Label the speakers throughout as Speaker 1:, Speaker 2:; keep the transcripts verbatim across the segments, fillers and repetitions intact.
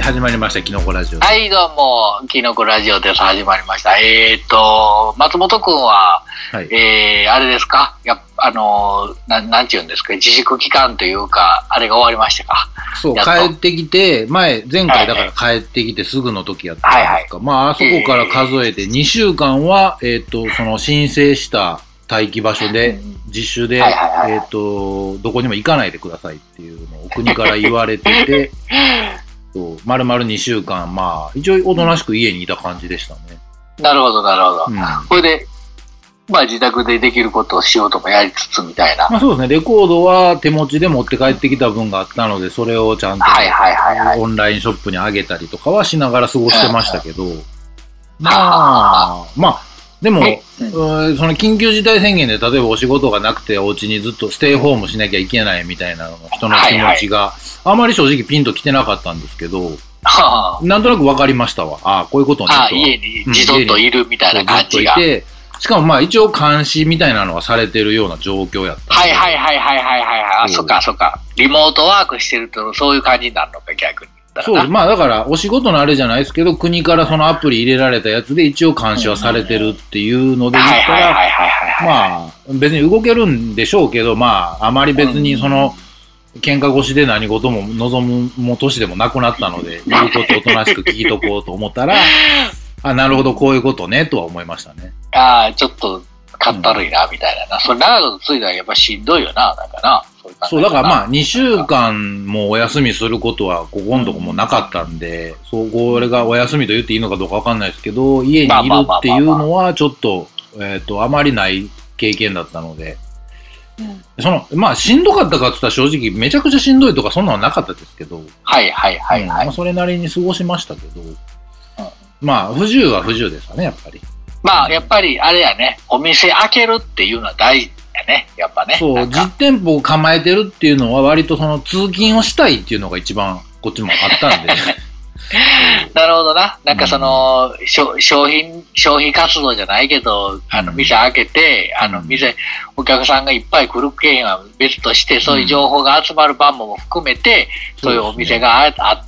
Speaker 1: 始まりました、キノコラジオ。
Speaker 2: はい、どうも、キノコラジオです。始まりました。えーと、松本くんは、はい、えー、あれですか、やあのー、ななんていうんですか、自粛期間というか、あれが終わりましたか。
Speaker 1: そう、帰ってきて、前、前回だから帰ってきてすぐの時やったんですか。はいはい、まあ、あそこから数えてにしゅうかんは、えーと、その申請した待機場所で、自主で、えっと、どこにも行かないでくださいっていうのを国から言われてて、そう丸々にしゅうかん、まあ、一応おとなしく家にいた感じでしたね。
Speaker 2: なるほど、なるほど。うん、これで、まあ自宅でできることをしようともやりつつみたいな。
Speaker 1: まあそうですね、レコードは手持ちで持って帰ってきた分があったので、それをちゃんとオンラインショップにあげたりとかはしながら過ごしてましたけど、まあ、まあ、でも、その緊急事態宣言で例えばお仕事がなくてお家にずっとステイホームしなきゃいけないみたいな人の気持ちがあまり正直ピンときてなかったんですけど、なんとなく分かりましたわ。ああ、こういうことね。
Speaker 2: ああ、家にじとっといるみたいな感じが。
Speaker 1: ずっといて、しかもまあ一応監視みたいなのがされてるような状況やった。
Speaker 2: はいはいはいはいはいはい。あ、そっかそっか。リモートワークしてるとそういう感じになるのか、逆に。
Speaker 1: そう、まあだからお仕事のあれじゃないですけど、国からそのアプリ入れられたやつで一応監視はされてるっていうので言ったら、まあ別に動けるんでしょうけど、まああまり別にその喧嘩越しで何事も望むも年でもなくなったので、言うことをおとなしく聞いとこうと思ったら、あ、なるほどこういうことねとは思いましたね。
Speaker 2: ああ、ちょっとかったるいなみたいなな。それ長くついたらやっぱしんどいよな、なんかな。
Speaker 1: そう、だからまあ、にしゅうかんもお休みすることは、ここのとこもなかったんで、そう、これがお休みと言っていいのかどうかわかんないですけど、家にいるっていうのは、ちょっと、えっと、あまりない経験だったので、その、まあ、しんどかったかって言ったら正直、めちゃくちゃしんどいとか、そんなのはなかったですけど、
Speaker 2: はいはいはいはい。
Speaker 1: まあ、それなりに過ごしましたけど、まあ、不自由は不自由でしたね、やっぱり。
Speaker 2: まあ、やっぱり、あれやね、お店開けるっていうのは大事。ね、やっぱね。
Speaker 1: そう、実店舗を構えてるっていうのは割とその通勤をしたいっていうのが一番こっちもあったんで。
Speaker 2: なるほどな。なんかその、うん、商品、消費活動じゃないけど、あの、店開けて、うん、あの、店、お客さんがいっぱい来る経験は別として、そういう情報が集まる番号も含めて、うん、そういうお店があって、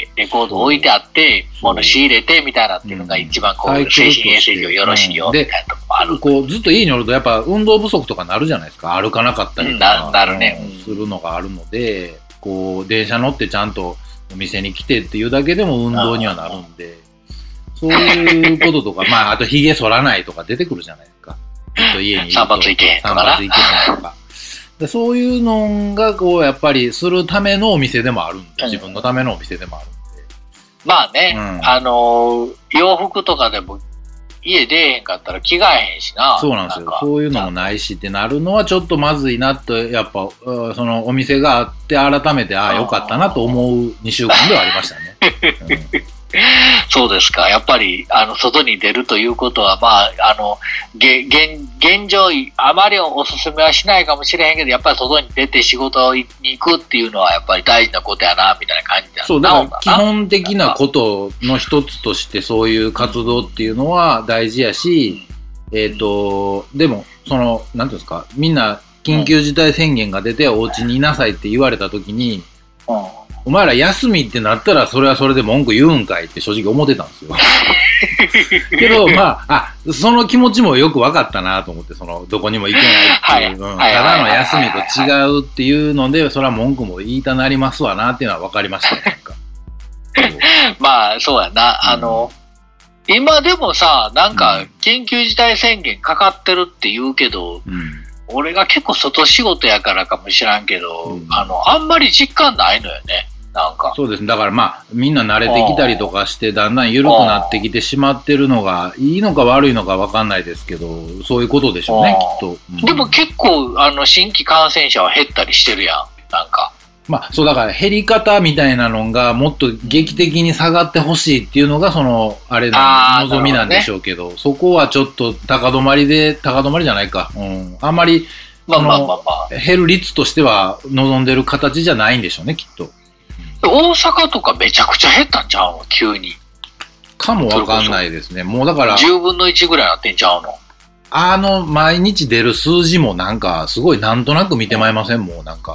Speaker 2: レコード置いてあって、物仕入れてみたいなっていうのが一番こう、うん、精神衛生上よろしいよ、みたいなとこもある。
Speaker 1: こう、ずっと家におるとやっぱ運動不足とかなるじゃないですか。歩かなかったりとか、
Speaker 2: うん、なるね。
Speaker 1: するのがあるので、こう、電車乗ってちゃんと、お店に来てっていうだけでも運動にはなるんで、そういうこととか、まあ、あと髭剃らないとか出てくるじゃないですか。ずっと家にいると。
Speaker 2: 散髪行けへんとかな。
Speaker 1: 散髪行けへんとか。でそういうのが、こう、やっぱりするためのお店でもあるんで、自分のためのお店でもあるんで。
Speaker 2: まあね、うん、あのー、洋服とかでも、家出えへんかったら着替えへんしな。
Speaker 1: そうなんですよ。そういうのもないしってなるのはちょっとまずいなと、やっぱ、そのお店があって改めて、ああ、よかったなと思うにしゅうかんではありましたね。うん、
Speaker 2: そうですか。やっぱり、あの、外に出るということは、まあ、あの、げ現、現状、あまりおすすめはしないかもしれへんけど、やっぱり外に出て仕事に行くっていうのは、やっぱり大事なことやな、みたいな感じだな。
Speaker 1: そう、だから基本的なことの一つとして、そういう活動っていうのは大事やし、えっと、でも、その、なんていうんですか、みんな、緊急事態宣言が出て、お家にいなさいって言われたときに、うんお前ら休みってなったらそれはそれで文句言うんかいって正直思ってたんですよ。けど、まあ、あ、その気持ちもよく分かったなと思って、その、どこにも行けないっていう、ただの休みと違うっていうので、それは文句も言いたなりますわなっていうのは分かりましたね。なんか
Speaker 2: まあ、そうやな。あの、うん、今でもさ、なんか、緊急事態宣言かかってるって言うけど、うん俺が結構外仕事やからかもしらんけど、うん、あの、あんまり実感ないのよね。なんか。
Speaker 1: そうですね。だからまあ、みんな慣れてきたりとかして、だんだん緩くなってきてしまってるのが、いいのか悪いのかわかんないですけど、そういうことでしょうね、きっと。
Speaker 2: うん、でも結構、あの、新規感染者は減ったりしてるやん。なんか。
Speaker 1: まあ、そうだから減り方みたいなのがもっと劇的に下がってほしいっていうのがそのあれな望みなんでしょうけど、そこはちょっと高止まりで高止まりじゃないか、うん、あんまり
Speaker 2: まあまあまあまあ
Speaker 1: 減る率としては望んでる形じゃないんでしょうねきっと。
Speaker 2: 大阪とかめちゃくちゃ減ったんちゃうの急に。
Speaker 1: かもわかんないですね。もうだから
Speaker 2: じゅうぶんのいちぐらいなってんちゃうの。
Speaker 1: あの毎日出る数字もなんかすごいなんとなく見てまいりませんもうなんか。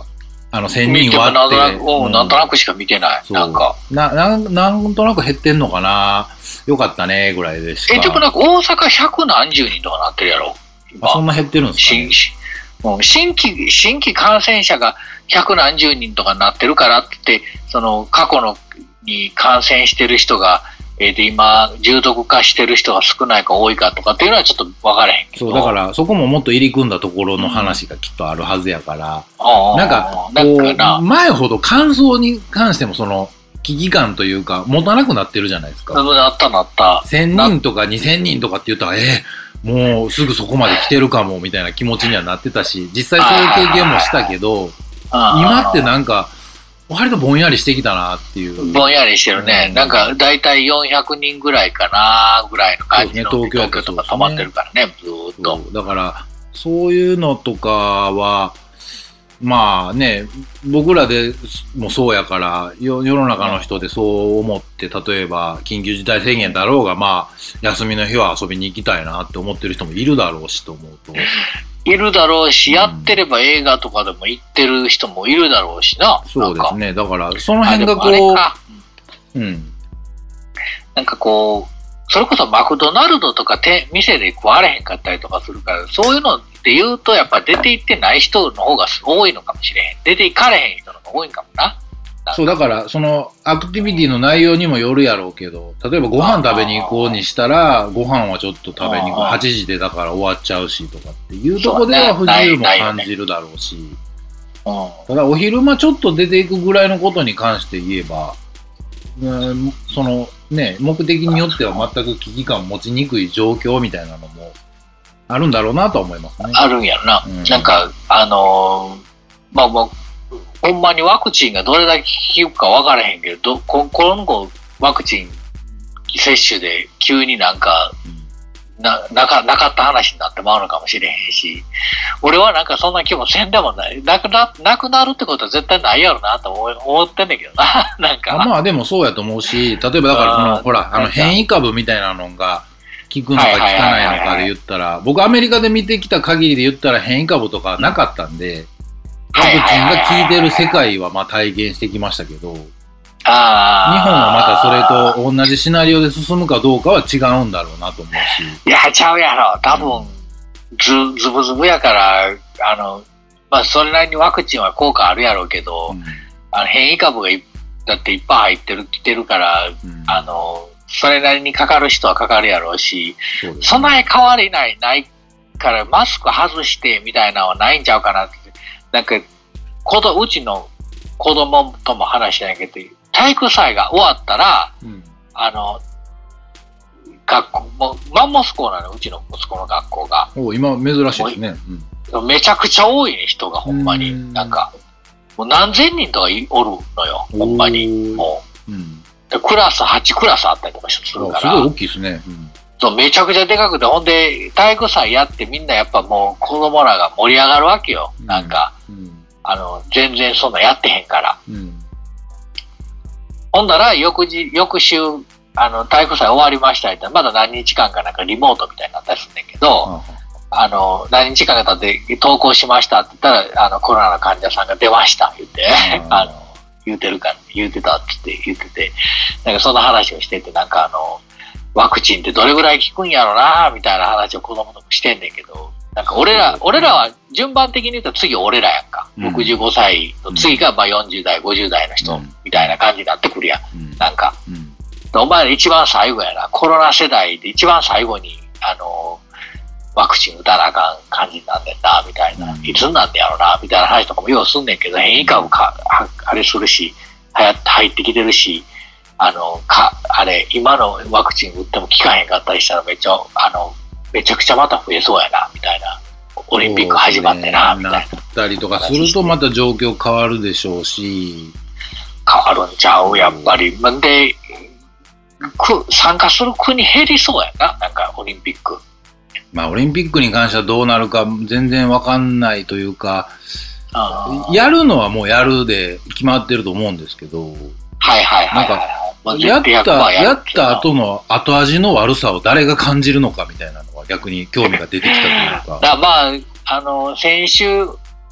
Speaker 1: あの、せんにん割
Speaker 2: なんとな
Speaker 1: って。
Speaker 2: く、うん、なんとなくしか見てない。なんか。
Speaker 1: な、なん、なんとなく減ってんのかな。よかったね、ぐらいでしか。
Speaker 2: え、でもなんか大阪百何十人とかなってるやろ。
Speaker 1: あ、そんな減ってるんですか、ね、
Speaker 2: 新新規、新規感染者が百何十人とかになってるからって、その過去のに感染してる人が、えー、で今、重篤化してる人が少ないか多いかとかっていうのはちょっと分からへんけど。
Speaker 1: そう、だからそこももっと入り組んだところの話がきっとあるはずやから、
Speaker 2: うん、
Speaker 1: なんか、
Speaker 2: なんかな
Speaker 1: 前ほど乾燥に関してもその危機感というか、持たなくなってるじゃないですか。
Speaker 2: なったなった。
Speaker 1: せんにんとかにせんにんとかって言ったら、えー、もうすぐそこまで来てるかもみたいな気持ちにはなってたし、実際そういう経験もしたけど、今ってなんか、割とぼんやりしてきたなっていう。
Speaker 2: ぼんやりしてるね。うん、なんか、だいたいよんひゃくにんぐらいかな、ぐらいの感じの、ね、東京とか溜まってるからね、ずーっと。
Speaker 1: だから、そういうのとかは、まあね、僕らでもそうやから、世の中の人でそう思って、例えば、緊急事態宣言だろうが、まあ、休みの日は遊びに行きたいなって思ってる人もいるだろうしと思うと。
Speaker 2: いるだろうし、やってれば映画とかでも行ってる人もいるだろうしな。
Speaker 1: そうですね。だから、その辺がこう、うん。
Speaker 2: なんかこう、それこそマクドナルドとかて店で食われへんかったりとかするから、そういうのって言うと、やっぱ出て行ってない人の方が多いのかもしれへん。出て行かれへん人の方が多いんかもな。
Speaker 1: そう、だから、その、アクティビティの内容にもよるやろうけど、例えばご飯食べに行こうにしたら、ご飯はちょっと食べに行こう。はちじでだから終わっちゃうしとかっていうとこでは不自由も感じるだろうし、ただお昼間ちょっと出ていくぐらいのことに関して言えば、うん、そのね、目的によっては全く危機感を持ちにくい状況みたいなのもあるんだろうなとは思いますね。
Speaker 2: あるんやろな。うん、なんか、あのー、まあもう、ほんまにワクチンがどれだけ効くか分からへんけど、今後ワクチン接種で急になんか、な、なか、なかった話になってまうのかもしれへんし、俺はなんかそんな気もせんでもない。なくな、なくなるってことは絶対ないやろなと思思ってんだけどな。なんか。
Speaker 1: まあでもそうやと思うし、例えばだからその、ほら、あの変異株みたいなのが、効くのか効かないのかで言ったら、僕アメリカで見てきた限りで言ったら変異株とかなかったんで、ワクチンが効いてる世界はまあ体現してきましたけど、
Speaker 2: あ
Speaker 1: 日本はまたそれと同じシナリオで進むかどうかは違うんだろうなと思うし。
Speaker 2: いや、ちゃうやろ。多分、ず、ずぶずぶやから、あの、まあ、それなりにワクチンは効果あるやろうけど、うん、あの変異株がいだっていっぱい入ってる、来てるから、うん、あの、それなりにかかる人はかかるやろうし、そ, う、ね、そんなに変わりない、ないからマスク外してみたいなのはないんちゃうかなって。なんか、子供、うちの子供とも話してないけど、体育祭が終わったら、うん、あの、学校、もうマンモス校なの、うちの息子の学校が。
Speaker 1: お今珍しいですね、
Speaker 2: うん。めちゃくちゃ多いね、人がほんまに。んなんか、もう何千人とかおるのよ、ほんまに。もう、うん、でクラス、はちクラスあったりとかするから。
Speaker 1: すごい大きいですね。うん、
Speaker 2: そうめちゃくちゃでかくて、ほんで、体育祭やってみんなやっぱもう子供らが盛り上がるわけよ。うん、なんか、うん、あの、全然そんなやってへんから。うん、ほんなら、翌日、翌週、あの、体育祭終わりましたって、まだ何日間かなんかリモートみたいになったりするんだけど、あの、何日間か経って投稿しましたって言ったら、あの、コロナの患者さんが出ました言って、あの、言うてるか、言うてたって言ってて、なんかそんな話をしてて、なんかあの、ワクチンってどれぐらい効くんやろなみたいな話を子供ともしてんねんけど、なんか俺ら、俺らは順番的に言うと次俺らやんか。うん、ろくじゅうごさいの次がまあよんじゅう代、ごじゅう代の人みたいな感じになってくるやん。うん、なんか、うん、お前ら一番最後やな。コロナ世代で一番最後に、あの、ワクチン打たなあかん感じになんねんな、みたいな。いつになんねやろな、みたいな話とかもようすんねんけど、変異株か、あれするし、はや入ってきてるし、あの、か、あれ、今のワクチン打っても効かへんかったりしたらめっちゃ、あの、めちゃくちゃまた増えそうやな、みたいな。オリンピック始まってな、みたいな。な
Speaker 1: ったりとかするとまた状況変わるでしょうし。
Speaker 2: 変わるんちゃう、やっぱり。で、く参加する国減りそうやな、なんかオリンピック。
Speaker 1: まあ、オリンピックに関してはどうなるか全然わかんないというか、やるのはもうやるで決まってると思うんですけど、
Speaker 2: はいはいはい、はい。
Speaker 1: なんか、まあ、やった、やった後の後味の悪さを誰が感じるのかみたいなのは逆に興味が出てきたというか。
Speaker 2: だまあ、あの、先週、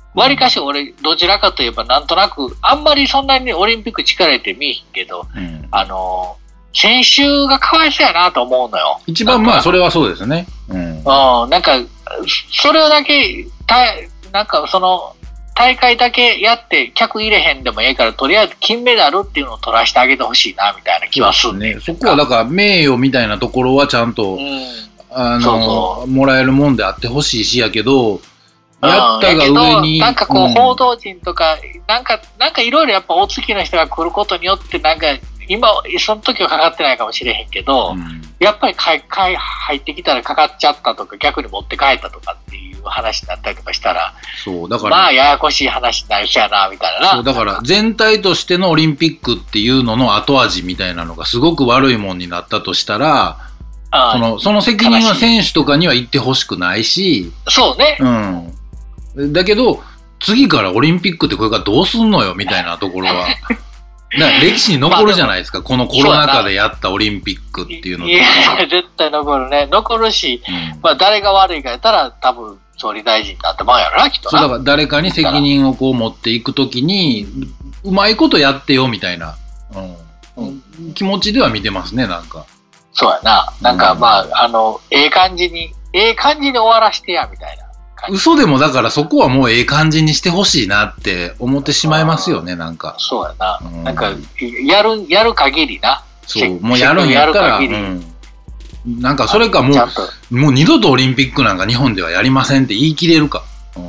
Speaker 2: わりかし俺、どちらかといえば、なんとなく、あんまりそんなにオリンピック力入れて見えへんけど、うん、あの、選手がかわいそうやなと思うのよ。
Speaker 1: 一番まあ、それはそうですね。うん。
Speaker 2: うん、なんか、それだけ、たなんかその、大会だけやって客入れへんでもええから、とりあえず金メダルっていうのを取らせてあげてほしいな、みたいな気はする
Speaker 1: ね。そこはだから、名誉みたいなところはちゃんと、うん、あのそうそう、もらえるもんであってほしいしやけど、やったが上に。
Speaker 2: なんかこう、報道陣とか、うん、なんか、なんかいろいろやっぱ大月の人が来ることによって、なんか、今、その時はかかってないかもしれへんけど、うん、やっぱりかいかい入ってきたらかかっちゃったとか、逆に持って帰ったとかっていう話になったりとかしたら、
Speaker 1: そう、だから。
Speaker 2: まあ、ややこしい話になるしやな、みたいな。
Speaker 1: そう、だから、全体としてのオリンピックっていうのの後味みたいなのがすごく悪いもんになったとしたら、その、その責任は選手とかには言ってほしくないし、
Speaker 2: そうね。
Speaker 1: うん。だけど、次からオリンピックってこれからどうすんのよみたいなところは。だから歴史に残るじゃないですか、まあ、このコロナ禍でやったオリンピックっていうのって。
Speaker 2: いや、絶対残るね。残るし、うん、まあ誰が悪いかやったら多分総理大臣になってまうやろな、きっとな。
Speaker 1: そう、だから誰かに責任をこう持っていくときに、うまいことやってよみたいな、うんうん、気持ちでは見てますね、なんか。
Speaker 2: そうやな。なんかまあ、あの、ええ感じに、ええ感じに終わらしてや、みたいな。
Speaker 1: 嘘でもだからそこはもうええ感じにしてほしいなって思ってしまいますよね、なんか。
Speaker 2: そうやな。うん、なんか、やる、やる限りな。
Speaker 1: そう、もうやるんやったら、うん、なんかそれかもう、もう二度とオリンピックなんか日本ではやりませんって言い切れるか。うん、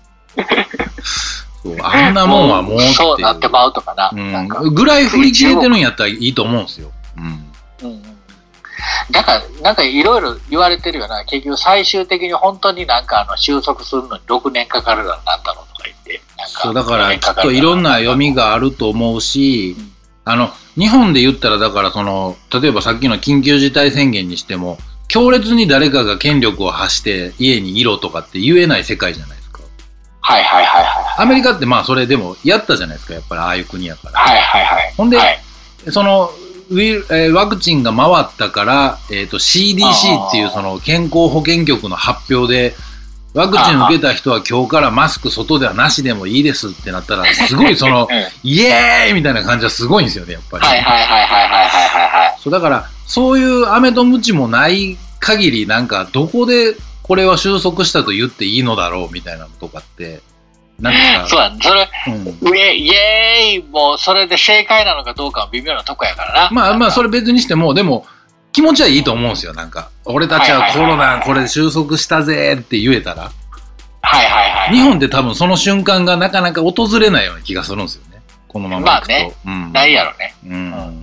Speaker 1: そう、あんなもんはもうっていう。
Speaker 2: そうなってまうとかな。
Speaker 1: うん、なんかぐらい振り切れてるんやったらいいと思うんですよ。うん。
Speaker 2: うんだから、なんかいろいろ言われてるよな。結局最終的に本当になんかあの収束するのにろくねんかかるなんだろうとか言って。なんか
Speaker 1: そう、だからきっといろんな読みがあると思うし、うん、あの、日本で言ったらだからその、例えばさっきの緊急事態宣言にしても、強烈に誰かが権力を発して家にいろとかって言えない世界じゃないですか。
Speaker 2: はいはいはいはい。
Speaker 1: アメリカってまあそれでもやったじゃないですか、やっぱりああいう国やから。
Speaker 2: はいはいはい。
Speaker 1: ほんで、
Speaker 2: はい、
Speaker 1: その、ウィえー、ワクチンが回ったから、えーと、シーディーシー っていうその健康保険局の発表で、ワクチン受けた人は今日からマスク外ではなしでもいいですってなったら、すごいその、イエーイみたいな感じはすごいんですよね、やっぱり。
Speaker 2: はいはいはいはいはいはいはい。
Speaker 1: そう、だから、そういう飴とムチもない限り、なんか、どこでこれは収束したと言っていいのだろうみたいなのとかって、なんですか。
Speaker 2: そうや、それ、うん、イエーイもうそれで正解なのかどうかは微妙なとこやからな。
Speaker 1: まあまあ、それ別にしても、でも、気持ちはいいと思うんですよ、なんか。俺たちはコロナこれで収束したぜって言えたら。
Speaker 2: はいはいはい。
Speaker 1: 日本って多分その瞬間がなかなか訪れないような気がするんですよね。このままいくと。
Speaker 2: まあね、
Speaker 1: うん、
Speaker 2: ないやろね、
Speaker 1: うん。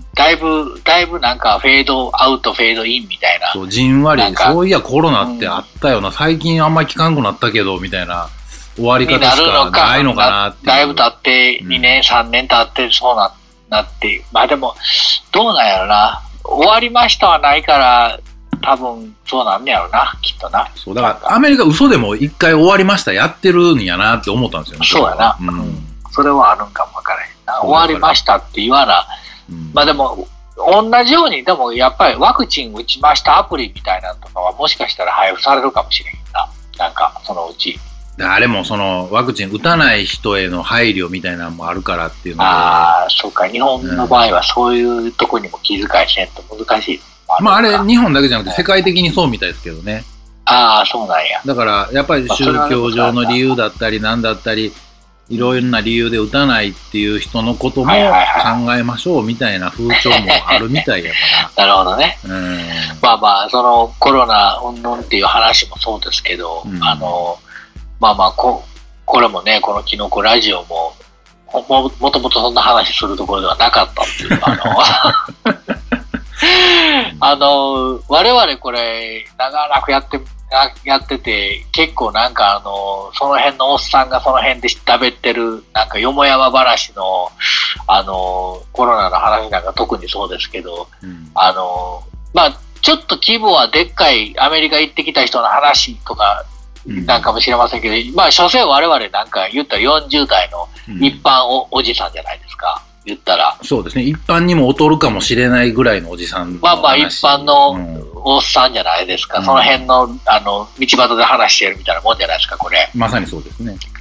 Speaker 2: だいぶ、だいぶなんかフェードアウト、フェードインみたいな。
Speaker 1: そう、じんわり、そういやコロナってあったよな、うん、最近あんまり聞かんくなったけど、みたいな。終わり方しかないのかなっていう。
Speaker 2: だいぶ経ってにねん、うん、さんねん経ってそうななってまあでもどうなんやろな、終わりましたはないから多分そうなんやろな、きっとな。
Speaker 1: そうだからアメリカ嘘でも一回終わりましたやってるんやなって思ったんですよね。
Speaker 2: そうやな、うん、それはあるんかもわからへんな。終わりましたって言わな、うん、まあでも同じようにでもやっぱりワクチン打ちましたアプリみたいなのとかはもしかしたら配布されるかもしれへんな、なんかそのうち。
Speaker 1: あれもそのワクチン打たない人への配慮みたいなのもあるからっていうので。
Speaker 2: ああ、そうか。日本の場合はそういうとこにも気遣いせんと難しい。
Speaker 1: あまああれ日本だけじゃなくて世界的にそうみたいですけどね。
Speaker 2: ああ、そうなんや。
Speaker 1: だからやっぱり宗教上の理由だったりなんだったり、いろいろな理由で打たないっていう人のことも考えましょうみたいな風潮もあるみたいやか
Speaker 2: ら。なるほどね。
Speaker 1: うん、
Speaker 2: まあまあ、そのコロナ云々っていう話もそうですけど、うん、あの、まあまあこ、これもね、このキノコラジオも、も、もともとそんな話するところではなかったっていう、あの、あの、我々これ、長らくやって、やってて、結構なんかあの、その辺のおっさんがその辺で食べてる、なんかよもやま話の、あの、コロナの話なんか特にそうですけど、うん、あの、まあ、ちょっと規模はでっかいアメリカ行ってきた人の話とか、なんかもしれませんけど、うん、まあ、所詮我々なんか言ったらよんじゅう代の一般お、うん、おじさんじゃないですか。言ったら。
Speaker 1: そうですね。一般にも劣るかもしれないぐらいのおじさんの話。
Speaker 2: まあまあ、一般のおっさんじゃないですか。うん、その辺の、あの、道端で話してるみたいなもんじゃないですか、これ。
Speaker 1: まさにそうですね。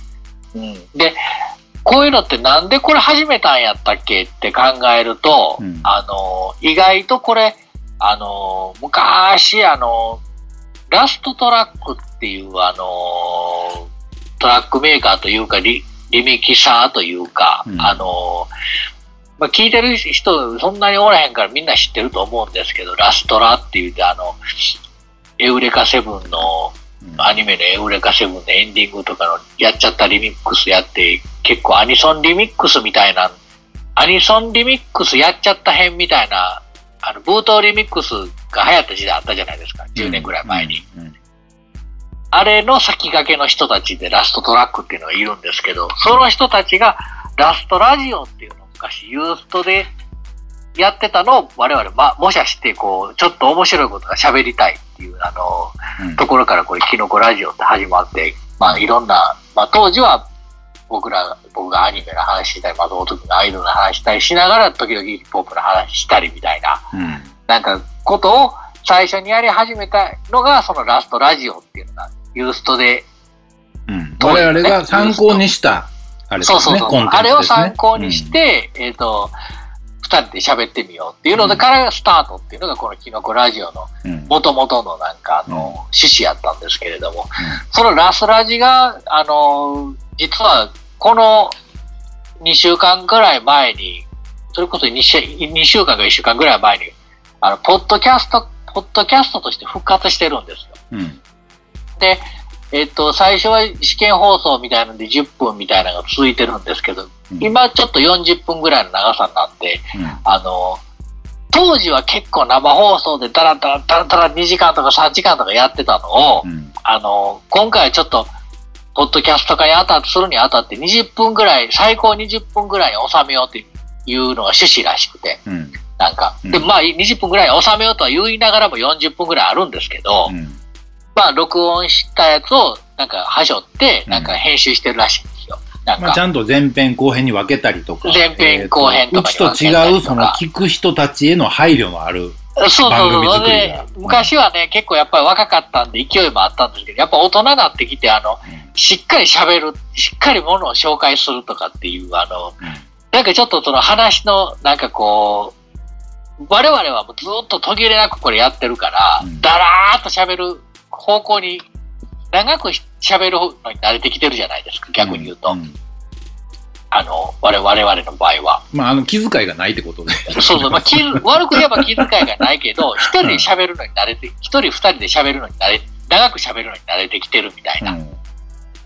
Speaker 2: うん、で、こういうのってなんでこれ始めたんやったっけって考えると、うん、あの、意外とこれ、あの、昔、あの、ラストトラックっていう、あの、トラックメーカーというか、リ、リミキサーというか、うん、あの、まあ、聞いてる人そんなにおらへんからみんな知ってると思うんですけど、ラストラって言って、あの、エウレカセブンの、アニメのエウレカセブンのエンディングとかのやっちゃったリミックスやって、結構アニソンリミックスみたいな、アニソンリミックスやっちゃった編みたいな、あの、ブートリミックスが流行った時代あったじゃないですか。じゅうねんぐらい前に。うんうんうん、あれの先駆けの人たちでラストトラックっていうのがいるんですけど、その人たちがラストラジオっていうのを昔ユーストでやってたのを我々、ま、模写して、こう、ちょっと面白いことが喋りたいっていう、あの、うん、ところからこれ、キノコラジオって始まって、まあ、いろんな、まあ、当時は僕ら、僕がアニメの話したり、松本君がアイドルの話したりしながら、時々ヒップホップの話したりみたいな、うん、なんか、ことを最初にやり始めたのが、そのラストラジオっていうのが、ユーストで、
Speaker 1: うん、我々が参考にした、あれですね、
Speaker 2: そうそうそう、
Speaker 1: コンテンツですね。
Speaker 2: あれを参考にして、うん、えっと、二人で喋ってみようっていうのからスタートっていうのがこのキノコラジオの元々のなんかあの趣旨やったんですけれども、そのラスラジがあの実はこのにしゅうかんぐらい前に、それこそ 2, 週2週間かいっしゅうかんぐらい前にあのポッドキャストポッドキャストとして復活してるんですよ。うん、でえっと、最初は試験放送みたいなのでじゅっぷんみたいなのが続いてるんですけど、うん、今ちょっとよんじゅっぷんぐらいの長さになって、うん、あの、当時は結構生放送でダラダラダラダラにじかんとかさんじかんとかやってたのを、うん、あの、今回はちょっと、ポッドキャスト化にあたって、するにあたってにじゅっぷんぐらい、最高にじゅっぷんぐらいに収めようっていうのが趣旨らしくて、うん、なんか、で、まあにじゅっぷんぐらいに収めようとは言いながらもよんじゅっぷんぐらいあるんですけど、うんまあ、録音したやつを、なんか、はしょって、なんか、編集してるらしいんですよ。なんか。
Speaker 1: まあ、ちゃんと前編後編に分けたりとか。
Speaker 2: 前編後編とかに分けたりとか。
Speaker 1: うちと違う、その、聞く人たちへの配慮のある番組作りが。そうそうそう。で、
Speaker 2: 昔はね、結構やっぱり若かったんで勢いもあったんですけど、やっぱ大人になってきて、あの、うん、しっかり喋る、しっかりものを紹介するとかっていう、あの、うん、なんかちょっとその話の、なんかこう、我々はもうずっと途切れなくこれやってるから、うん、だらーっと喋る、方向に長く喋るのに慣れてきてるじゃないですか、逆に言うと。うんうん、あの、我々の場合は。
Speaker 1: まあ、あの、気遣いがないってことで。
Speaker 2: そうそう、まあ、気悪く言えば気遣いがないけど、一人で喋るのに慣れて、一人二人で喋るのに慣れ、長く喋るのに慣れてきてるみたいな。うん、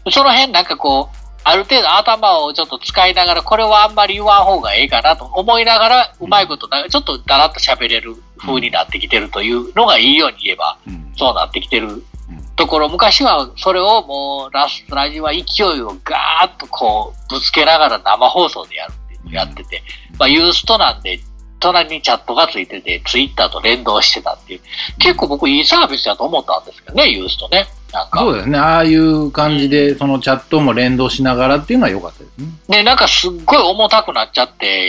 Speaker 2: その辺なんかこう、ある程度頭をちょっと使いながら、これはあんまり言わん方がええかなと思いながら、うまいことちょっとだらっと喋れる風になってきてるというのがいいように言えば、うんそうなってきてるところ、昔はそれをもうラストラジは勢いをガーッとこうぶつけながら生放送でやるってやってて、まあユーストなんで隣にチャットがついててツイッターと連動してたっていう、結構僕いいサービスだと思ったんですけどね、ユーストね。なんか
Speaker 1: そうですね、ああいう感じでそのチャットも連動しながらっていうのは良かったですね。
Speaker 2: で、なんかすっごい重たくなっちゃって、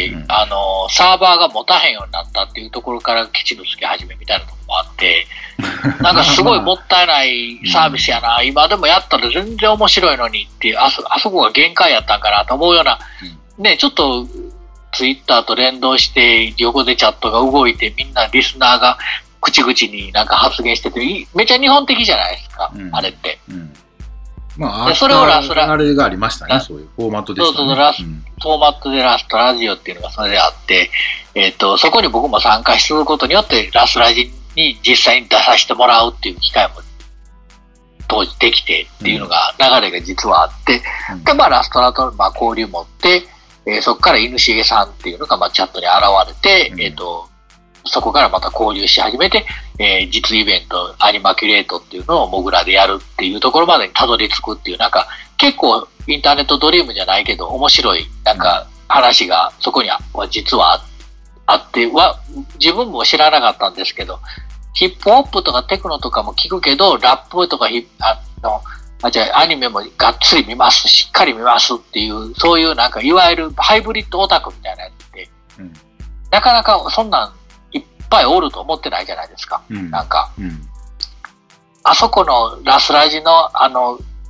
Speaker 2: うん、あの、サーバーが持たへんようになったっていうところから基地のつけ始めみたいなところもあって、なんかすごいもったいないサービスやな、うん、今でもやったら全然面白いのにっていう、あそ、あそこが限界やったんかなと思うような、うん、ね、ちょっとツイッターと連動して横でチャットが動いてみんなリスナーが口々になんか発言してて、めっちゃ日本的じゃないですか、うん、あれって。うん、
Speaker 1: まあ、それをラストあれがありましたね、そういうフォーマットでしたね。
Speaker 2: そうそう、ラス、うん、フォーマットでラストラジオっていうのがそれであって、えっと、そこに僕も参加することによってラスラジに実際に出させてもらうっていう機会も当時できてっていうのが、流れが実はあって、うん、で、まあラストラとまあ交流持って、えー、そこから犬重さんっていうのがまあチャットに現れて、うん、えっと、そこからまた交流し始めて、えー、実イベント、アニマキュレートっていうのをモグラでやるっていうところまでにたどり着くっていう、なんか結構インターネットドリームじゃないけど面白いなんか話がそこには実はあっては、自分も知らなかったんですけど、ヒップホップとかテクノとかも聞くけど、ラップとかヒあの、あ、じゃあアニメもがっつり見ます、しっかり見ますっていう、そういうなんかいわゆるハイブリッドオタクみたいなやつって、うん、なかなかそんなんいっぱいおると思ってないじゃないですか。うん、なんか、うん、あそこのラスラジのあの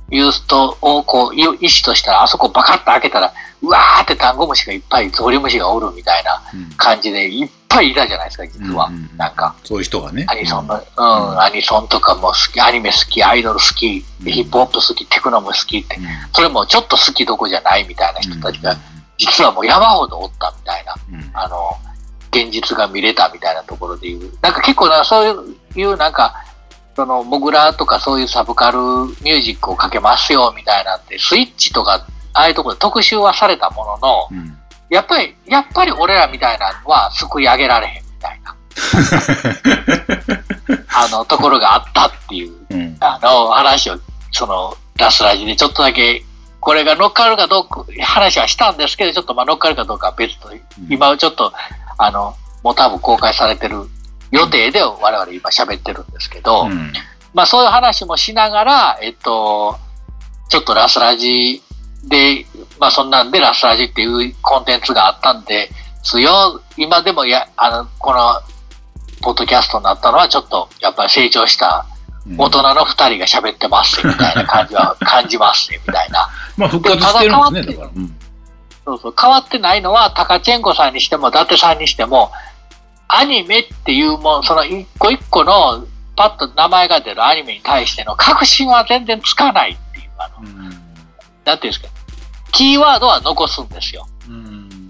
Speaker 2: ユーストをこう、意思としたら、あそこバカッと開けたら、うわーってダンゴムシがいっぱい、ゾウリムシがおるみたいな感じで、いっぱいいたじゃないですか、実は。うんうんうん、なんか。
Speaker 1: そういう人がね。
Speaker 2: アニソンの、うん、うん、アニソンとかも好き、アニメ好き、アイドル好き、ヒップホップ好き、テクノも好きって、うん、それもちょっと好きどこじゃないみたいな人たちが、実はもう山ほどおったみたいな、うん、あの、現実が見れたみたいなところでいう、なんか結構な、そういう、なんか、その、モグラとかそういうサブカルミュージックをかけますよみたいなんて、スイッチとか、ああいうところで特集はされたものの、うん、やっぱり、やっぱり俺らみたいなのは救い上げられへんみたいな、あの、ところがあったっていう、うん、あの、話を、その、ラスラジでちょっとだけ、これが乗っかるかどうか、話はしたんですけど、ちょっとまあ乗っかるかどうかは別と、うん、今はちょっと、あの、もう多分公開されてる予定で我々今喋ってるんですけど、うん、まあそういう話もしながら、えっと、ちょっとラスラジで、まあそんなんでラスラジっていうコンテンツがあったんで、強、今でもや、あの、この、ポッドキャストになったのはちょっと、やっぱり成長した大人の二人が喋ってますみたいな感じは感じますね、みたいな。
Speaker 1: まあ復活してるんですね、だから。うん、
Speaker 2: そうそう、変わってないのは、タカチェンコさんにしても、伊達さんにしても、アニメっていうもん、その一個一個のパッと名前が出るアニメに対しての確信は全然つかないっていう、あの、うん、なんていうんですか、キーワードは残すんですよ。うん、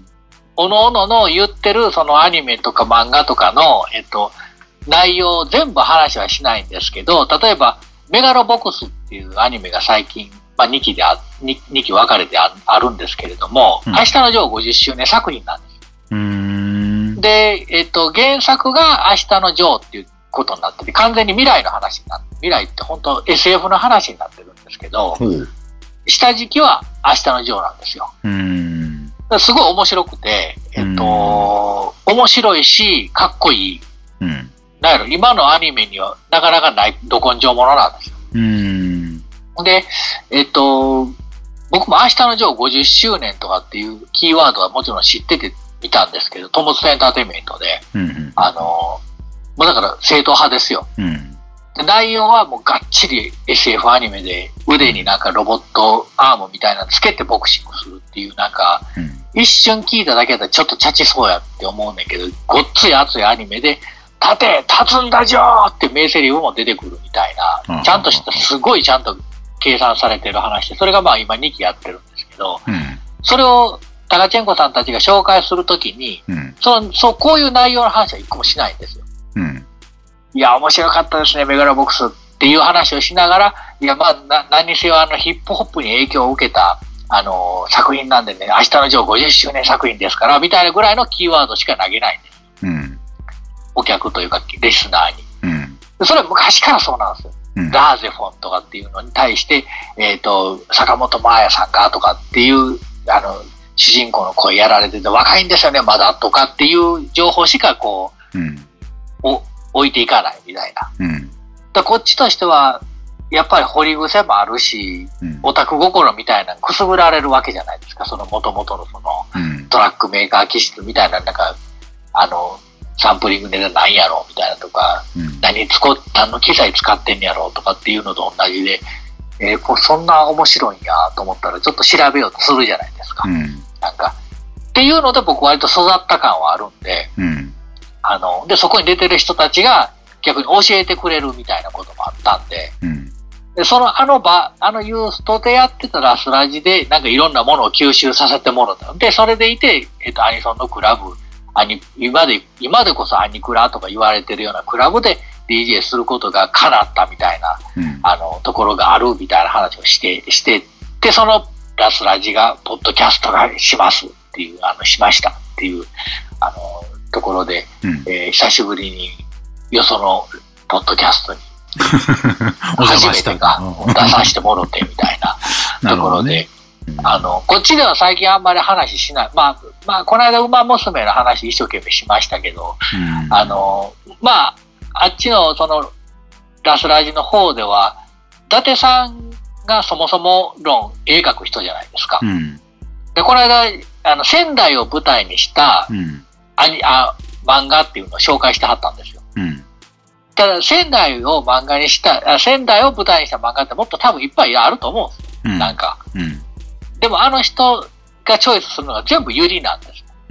Speaker 2: おのおのの言ってるそのアニメとか漫画とかの、えっと、内容全部話はしないんですけど、例えば、メガロボックスっていうアニメが最近、まあにきであ、にき分かれて あ, あるんですけれども、うん、明日のジョーごじゅっしゅうねん作品なんです。うーんで、えっと、原作が明日のジョーっていうことになってて、完全に未来の話になって、未来って本当 エスエフ の話になってるんですけど、うん、下敷きは明日のジョーなんですよ。うーんすごい面白くて、えっと、面白いし、かっこいい。うんなんやろ、今のアニメにはなかなかないど根性ものなんですよ。うーんで、えっと、僕も明日のジョーごじゅっしゅうねんとかっていうキーワードはもちろん知ってて見たんですけど、トムスエンターテインメントで、うんうん、あの、もうだから正統派ですよ。うん、で内容はもうがっちり エスエフ アニメで腕になんかロボットアームみたいなのつけてボクシングするっていうなんか、うん、一瞬聞いただけだったらちょっとチャチそうやって思うんだけど、ごっつい熱いアニメで、立て立つんだじょーって名セリフも出てくるみたいな、ちゃんとした、すごいちゃんと計算されてる話で、それがまあ今にきやってるんですけど、うん、それをタカチェンコさんたちが紹介するときに、うん、その、そう、こういう内容の話は一個もしないんですよ。うん、いや、面白かったですね、メガロボックスっていう話をしながら、いや、まあ、な何にせよあのヒップホップに影響を受けた、あのー、作品なんでね、明日のジョーごじゅっしゅうねん作品ですから、みたいなぐらいのキーワードしか投げないんです。うんお客というか、リスナーに。うん、それは昔からそうなんですよ。うん、ラーゼフォンとかっていうのに対して、えっと、坂本真綾さんがとかっていう、あの、主人公の声やられてて、若いんですよね、まだとかっていう情報しかこう、うん、お置いていかないみたいな。うん、だこっちとしては、やっぱり掘り癖もあるし、うん、オタク心みたいなのくすぐられるわけじゃないですか、その元々のその、うん、トラックメーカー気質みたいな、なんか、あの、サンプリングで何やろうみたいなとか、うん、何使っ、何の機材使ってんやろうとかっていうのと同じで、えー、こそんな面白いんやと思ったらちょっと調べようとするじゃないですか。うん、なんか、っていうので僕割と育った感はあるんで、うん、あの、で、そこに出てる人たちが逆に教えてくれるみたいなこともあったんで、うん、でそのあの場、あのユーストでやってたラスラジでなんかいろんなものを吸収させてもらった。で、それでいて、えっと、アニソンのクラブ、アニ今で、今でこそアニクラとか言われてるようなクラブで ディージェー することが叶ったみたいな、うん、あの、ところがあるみたいな話をして、して、で、そのラスラジが、ポッドキャストがしますっていう、あの、しましたっていう、あの、ところで、うん、えー、久しぶりに、よそのポッドキャストに、初めてが出させてもろてみたいなところで、あの、こっちでは最近あんまり話しない。まあ、まあ、この間、馬娘の話一生懸命しましたけど、うん、あの、まあ、あっちの、その、ラスラジの方では、伊達さんがそもそも論、絵描く人じゃないですか。うん、で、この間、あの、仙台を舞台にした、うん、アニあ漫画っていうのを紹介してはったんですよ。うん、 ただ仙台を漫画にした、あ仙台を舞台にした漫画ってもっと多分いっぱいあると思うんですよ。うん、なんか、うん。でもあの人がチョイスするのが全部ユリなんです。うん。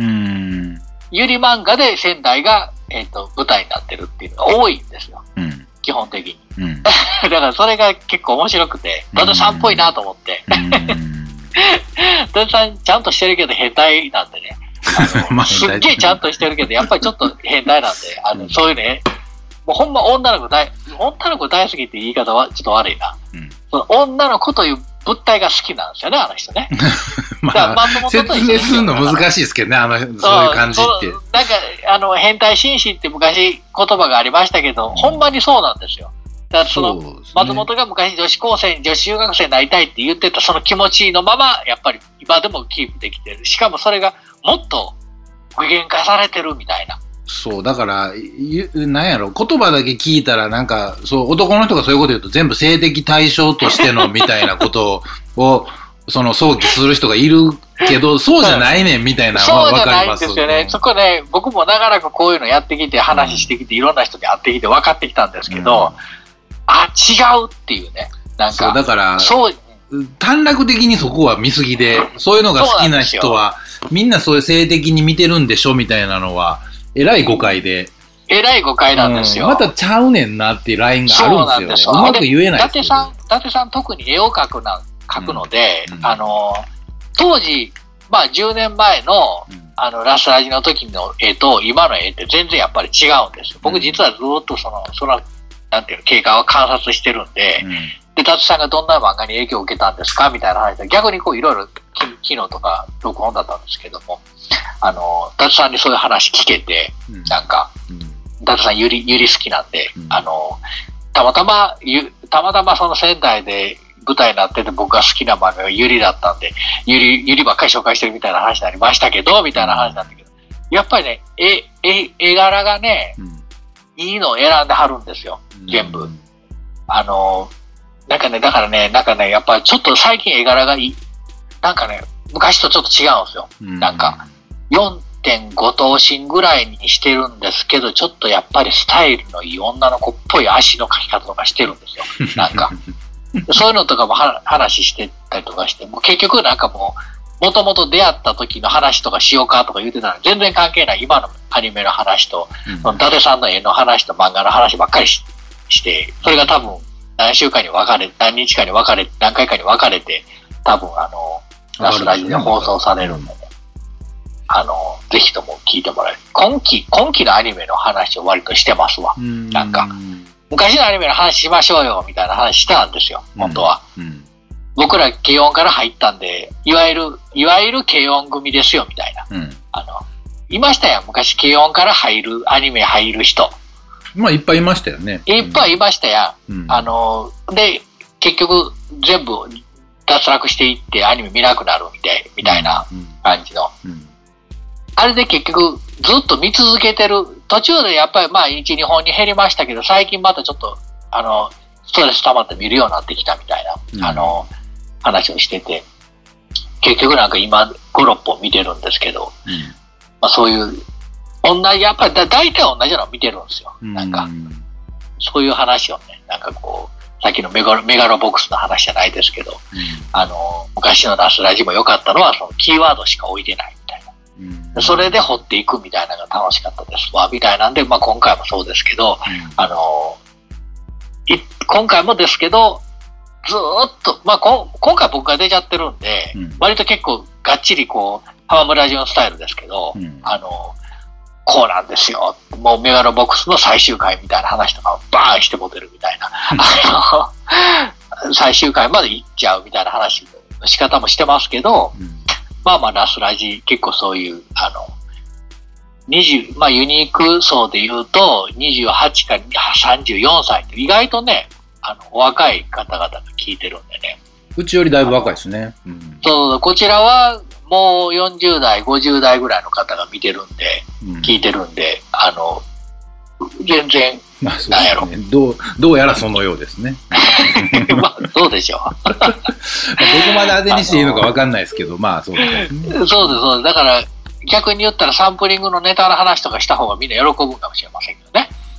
Speaker 2: ユリ漫画で仙台が、えっと、舞台になってるっていうのが多いんですよ。うん。基本的に。うん、だからそれが結構面白くて、伊達さんっぽいなと思って。伊達さんちゃんとしてるけど変態なんでね。まあ、すっげえちゃんとしてるけど、やっぱりちょっと変態なんで、あの、うん、そういうね、もうほんま女の子大、女の子大好きって言い方はちょっと悪いな。うん、その女の子という物体が好きなんですよね、あの人ね。
Speaker 1: まあ、松本説明するの難しいですけどね、あの、そういう感じって。
Speaker 2: なんか、あの、変態紳士って昔言葉がありましたけど、うん、ほんまにそうなんですよ。だからその、ね、松本が昔女子高生、女子中学生になりたいって言ってたその気持ちのまま、やっぱり今でもキープできてる。しかもそれがもっと具現化されてるみたいな。
Speaker 1: そう、だから、なんやろ、言葉だけ聞いたら、なんか、そう、男の人がそういうこと言うと、全部性的対象としてのみたいなことを、その、想起する人がいるけど、そうじゃないねんみたいなのは分かります。
Speaker 2: そうじゃないんですよね。そこね、僕も長らくこういうのやってきて、話してきて、いろんな人に会ってきて分かってきたんですけど、うん、あ、違うっていうね。なんか、
Speaker 1: そう、だから、そう、短絡的にそこは見過ぎで、そういうのが好きな人は、みんなそういう性的に見てるんでしょみたいなのは、えらい誤解で。
Speaker 2: えらい誤解なんですよ。
Speaker 1: うん、またちゃうねんなっていうラインがあるんですよ。うまく言えないです
Speaker 2: けど。伊達さん、伊達さん特に絵を描くな、描くので、うんうん、あの、当時、まあじゅうねんまえの、うん、あの、ラスラジの時の絵と今の絵って全然やっぱり違うんですよ。僕実はずっとその、その、なんていうの、経過を観察してるんで、うん、で、伊達さんがどんな漫画に影響を受けたんですかみたいな話で、逆にこういろいろ、昨日とか録音だったんですけども、あの、伊達さんにそういう話聞けて、うん、なんか、うん、伊達さんゆり、ゆり好きなんで、うん、あの、たまたま、ゆ、たまたまその仙台で舞台になってて僕が好きな漫画がゆりだったんで、ゆり、ゆりばっかり紹介してるみたいな話になりましたけど、みたいな話なんだけど、やっぱりね、絵、絵、絵柄がね、うん、いいのを選んではるんですよ、全部。うん、あの、なんかね、だからね、なんかね、やっぱりちょっと最近絵柄がいい、なんかね、昔とちょっと違うんですよ。うん、なんか、よんてんご 頭身ぐらいにしてるんですけど、ちょっとやっぱりスタイルのいい女の子っぽい足の描き方とかしてるんですよ。なんか。そういうのとかもは話してたりとかして、もう結局なんかもう、もともと出会った時の話とかしようかとか言ってたのに、全然関係ない今のアニメの話と、うん、伊達さんの絵の話と漫画の話ばっかり し, して、それが多分何週間に分かれ、何日かに分かれ、何回かに分かれて、多分あの、ラスラジで放送されるんでね。あの、ぜひとも聞いてもらえる。今期、今期のアニメの話を割としてますわ。んなんか、昔のアニメの話しましょうよ、みたいな話してたんですよ、本当は。うんうん、僕ら軽音から入ったんで、いわゆる、いわゆる軽音組ですよ、みたいな。うん、あの、いましたよ、昔軽音から入る、アニメ入る人。
Speaker 1: まあ、いっぱいいましたよね。
Speaker 2: いっぱいいましたや、うん。あの、で、結局、全部脱落していってアニメ見なくなるみたい、みたいな感じの。うんうん、あれで結局、ずっと見続けてる。途中でやっぱりまあいち、にほんに減りましたけど、最近またちょっと、あの、ストレス溜まって見るようになってきたみたいな、うん、あの、話をしてて、結局なんか今ご、ろっぽん見てるんですけど、うん、まあそういう、同じ、やっぱりだ大体同じのを見てるんですよ。なんか、うん、そういう話をね、なんかこう、さっきのメガロ、メガロボックスの話じゃないですけど、うん、あの、昔のラスラジも良かったのは、そのキーワードしか置いてないみたいな。うん、それで掘っていくみたいなのが楽しかったですわ、みたいなんで、まあ今回もそうですけど、うん、あの、い今回もですけど、ずーっと、まあこ今回僕が出ちゃってるんで、うん、割と結構がっちりこう、浜村淳スタイルですけど、うん、あの、こうなんですよ。もうメガロボックスの最終回みたいな話とかをバーンしてモテるみたいな、あの、最終回まで行っちゃうみたいな話の仕方もしてますけど、うん、まあまあラスラジ結構そういう、あの、にじゅう、まあユニーク層で言うとにじゅうはちかさんじゅうよんさいって意外とね、あの、お若い方々が聞いてるんでね。
Speaker 1: うちよりだいぶ若いですね。うん、
Speaker 2: そう、こちらはもうよんじゅう代、ごじゅう代ぐらいの方が見てるんで、うん、聞いてるんで、あの、全然、
Speaker 1: まあそうですね、なんやろ。どう、どうやらそのようですね。
Speaker 2: まあ、そうでしょう。どこ
Speaker 1: まで当てにしていいのか分かんないですけど、まあそうですね。
Speaker 2: そうです、そうです。だから、逆に言ったらサンプリングのネタの話とかした方がみんな喜ぶかもしれませんけどね。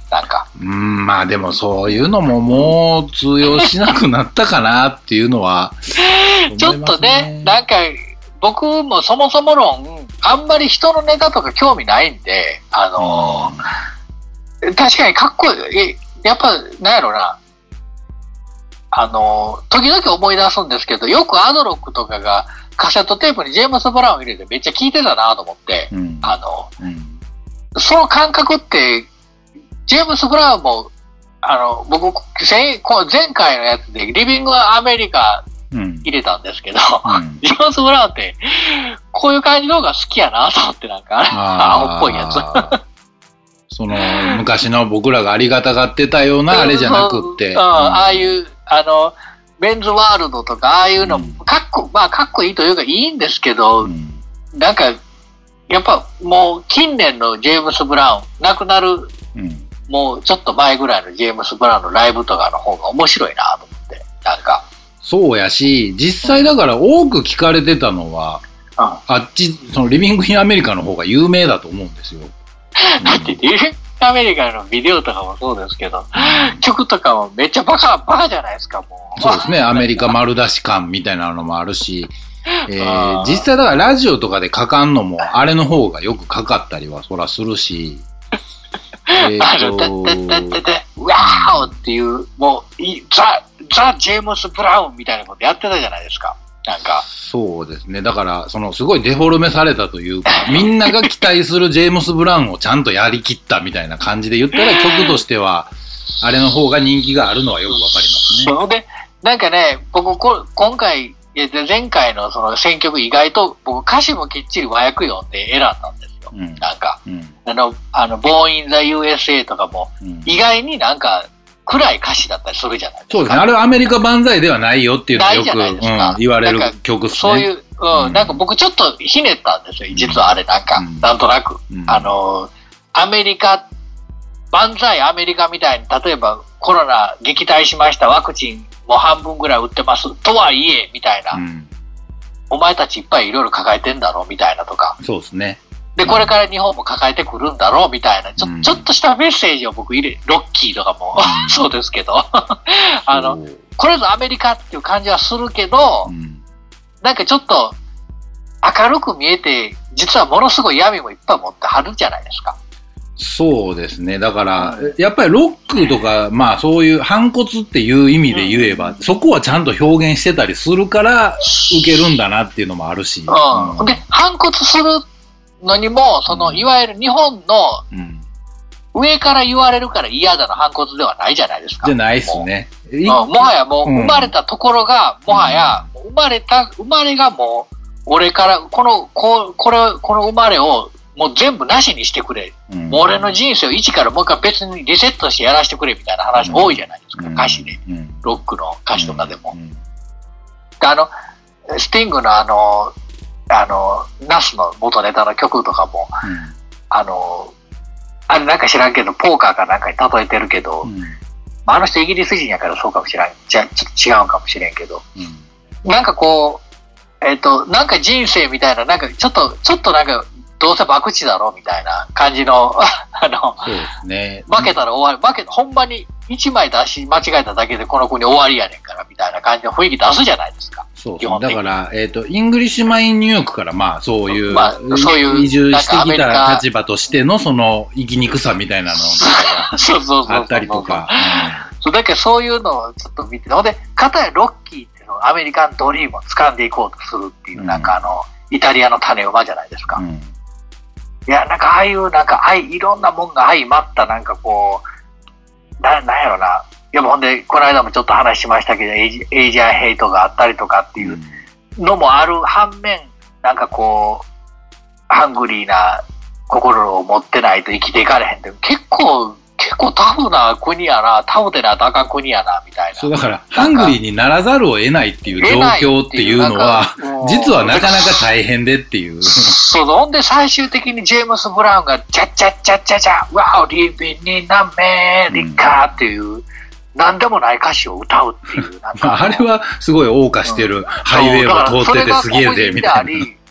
Speaker 2: なんか。
Speaker 1: うん、まあでもそういうのももう通用しなくなったかなっていうのは、
Speaker 2: ね、ちょっとね、なんか、僕もそもそも論、あんまり人のネタとか興味ないんで、あのー、確かにかっこいい。やっぱ、なんやろな、あのー、時々思い出すんですけど、よくアドロックとかがカセットテープにジェームス・ブラウン入れてめっちゃ聴いてたなと思って、うん、あの、うん、その感覚って、ジェームス・ブラウンも、あの、僕、前回のやつでリビング・アメリカ入れたんですけど、うん、ジェームス・ブラウンって、こういう感じの方が好きやなと思って、なんか、アホっぽいやつ。
Speaker 1: その、昔の僕らがありがたがってたようなあれじゃなくって。
Speaker 2: うん、ああいう、あの、メンズワールドとか、ああいうの、うん、かっこ、まあ、かっこいいというかいいんですけど、うん、なんか、やっぱもう近年のジェームス・ブラウン、亡くなる、うん、もうちょっと前ぐらいのジェームス・ブラウンのライブとかの方が面白いなと思って、なんか。
Speaker 1: そうやし、実際だから多く聞かれてたのは、うん、あっち、そのリビング・イン・アメリカの方が有名だと思うんですよ。
Speaker 2: だって、リビング・アメリカのビデオとかもそうですけど、曲とかもめっちゃバカ、バカじゃないですか、もう。
Speaker 1: そうですね、アメリカ丸出し感みたいなのもあるし、えー、実際だからラジオとかでかかんのも、あれの方がよくかかったりはそらするし、
Speaker 2: えっと、ワーオっていう、もう、ザ、ザ・ジェームス・ブラウンみたいなことやってたじゃないですか。なんか。
Speaker 1: そうですね。だから、その、すごいデフォルメされたというか、みんなが期待するジェームス・ブラウンをちゃんとやりきったみたいな感じで言ったら、曲としては、あれの方が人気があるのはよくわかりますね。
Speaker 2: そうで、なんかね、僕こ、今回、前回のその選曲意外と僕歌詞もきっちり和訳読んで選んだんですよ。うん、なんか、うん、あの、あの、Born in the ユーエスエー とかも、意外になんか暗い歌詞だったりするじゃないですか。
Speaker 1: そうですね。あれはアメリカ万歳ではないよっていうのはよく、うん、言われる曲っすね。
Speaker 2: そういう、うん、なんか僕ちょっとひねったんですよ。実はあれなんか、うん、なんとなく。うん、あの、アメリカ、万歳アメリカみたいに、例えばコロナ撃退しました、ワクチンもう半分ぐらい売ってますとはいえみたいな、うん、お前たちいっぱいいろいろ抱えてんだろうみたいなとか、
Speaker 1: そうですね。
Speaker 2: でこれから日本も抱えてくるんだろうみたいなちょ、うん、ちょっとしたメッセージを僕入れ、ロッキーとかも、うん、そうですけどあのこれぞアメリカっていう感じはするけど、うん、なんかちょっと明るく見えて実はものすごい闇もいっぱい持ってはるじゃないですか。
Speaker 1: そうですね。だから、やっぱりロックとか、まあそういう反骨っていう意味で言えば、うん、そこはちゃんと表現してたりするから、受けるんだなっていうのもあるし。
Speaker 2: うんうん、で、反骨するのにも、その、いわゆる日本の、上から言われるから嫌だの反骨ではないじゃないですか。
Speaker 1: じゃないっすね。
Speaker 2: も, うん、もはやもう生まれたところが、もはや、生まれた、生まれがもう、俺から、この、ここれ、この生まれを、もう全部なしにしてくれ、うん、もう俺の人生を一からもう一回別にリセットしてやらせてくれみたいな話多いじゃないですか、うん、歌詞で、うん、ロックの歌詞とかでも、うん、であのスティングのあのあのナスの元ネタの曲とかも、うん、あのあれなんか知らんけどポーカーかなんかに例えてるけど、うん、あの人イギリス人やからそうかもしれん、じゃちょっと違うかもしれんけど、うん、なんかこうえっ、ー、となんか人生みたいななんかちょっとちょっとなんかどうせ博打だろみたいな感じの、あの、
Speaker 1: そうですね。
Speaker 2: 負けたら終わり、負け、ほんまに一枚出し間違えただけでこの国終わりやねんからみたいな感じの雰囲気出すじゃないですか。
Speaker 1: そうそう。だから、えっ、ー、と、イングリッシュマインニューヨークからまあそういう、
Speaker 2: まあ、そういう
Speaker 1: 移住してきた立場としてのその生きにくさみたいなのがあったりとか。
Speaker 2: そう、だけどそういうのをちょっと見て、ほんで、かたやロッキーっていうのアメリカンドリームを掴んでいこうとするっていう、うん、なんかあの、イタリアの種馬じゃないですか。うん、いや、なんかああいう、なんか愛、いろんなもんが相まった、なんかこう、な、なんやろな。いや、ほんで、この間もちょっと話しましたけど、エイジ、エイジアンヘイトがあったりとかっていうのもある反面、なんかこう、ハングリーな心を持ってないと生きていかれへんって、結構、結構タフな国やな、タフでなあかん国やな、みたいな。
Speaker 1: そう、だから、ハングリーにならざるを得ないっていう状況っていうのは、実はなかなか大変でっていう。
Speaker 2: そう、ほんで最終的にジェームス・ブラウンが、チャッチャッチャッチャッチャッ、ワオ、リビンにナメリカっていう、うん、なんでもない歌詞を歌うっていう。なんか
Speaker 1: あれはすごい謳歌してる、うん、ハイウェイを通っててすげえぜ、みたいな。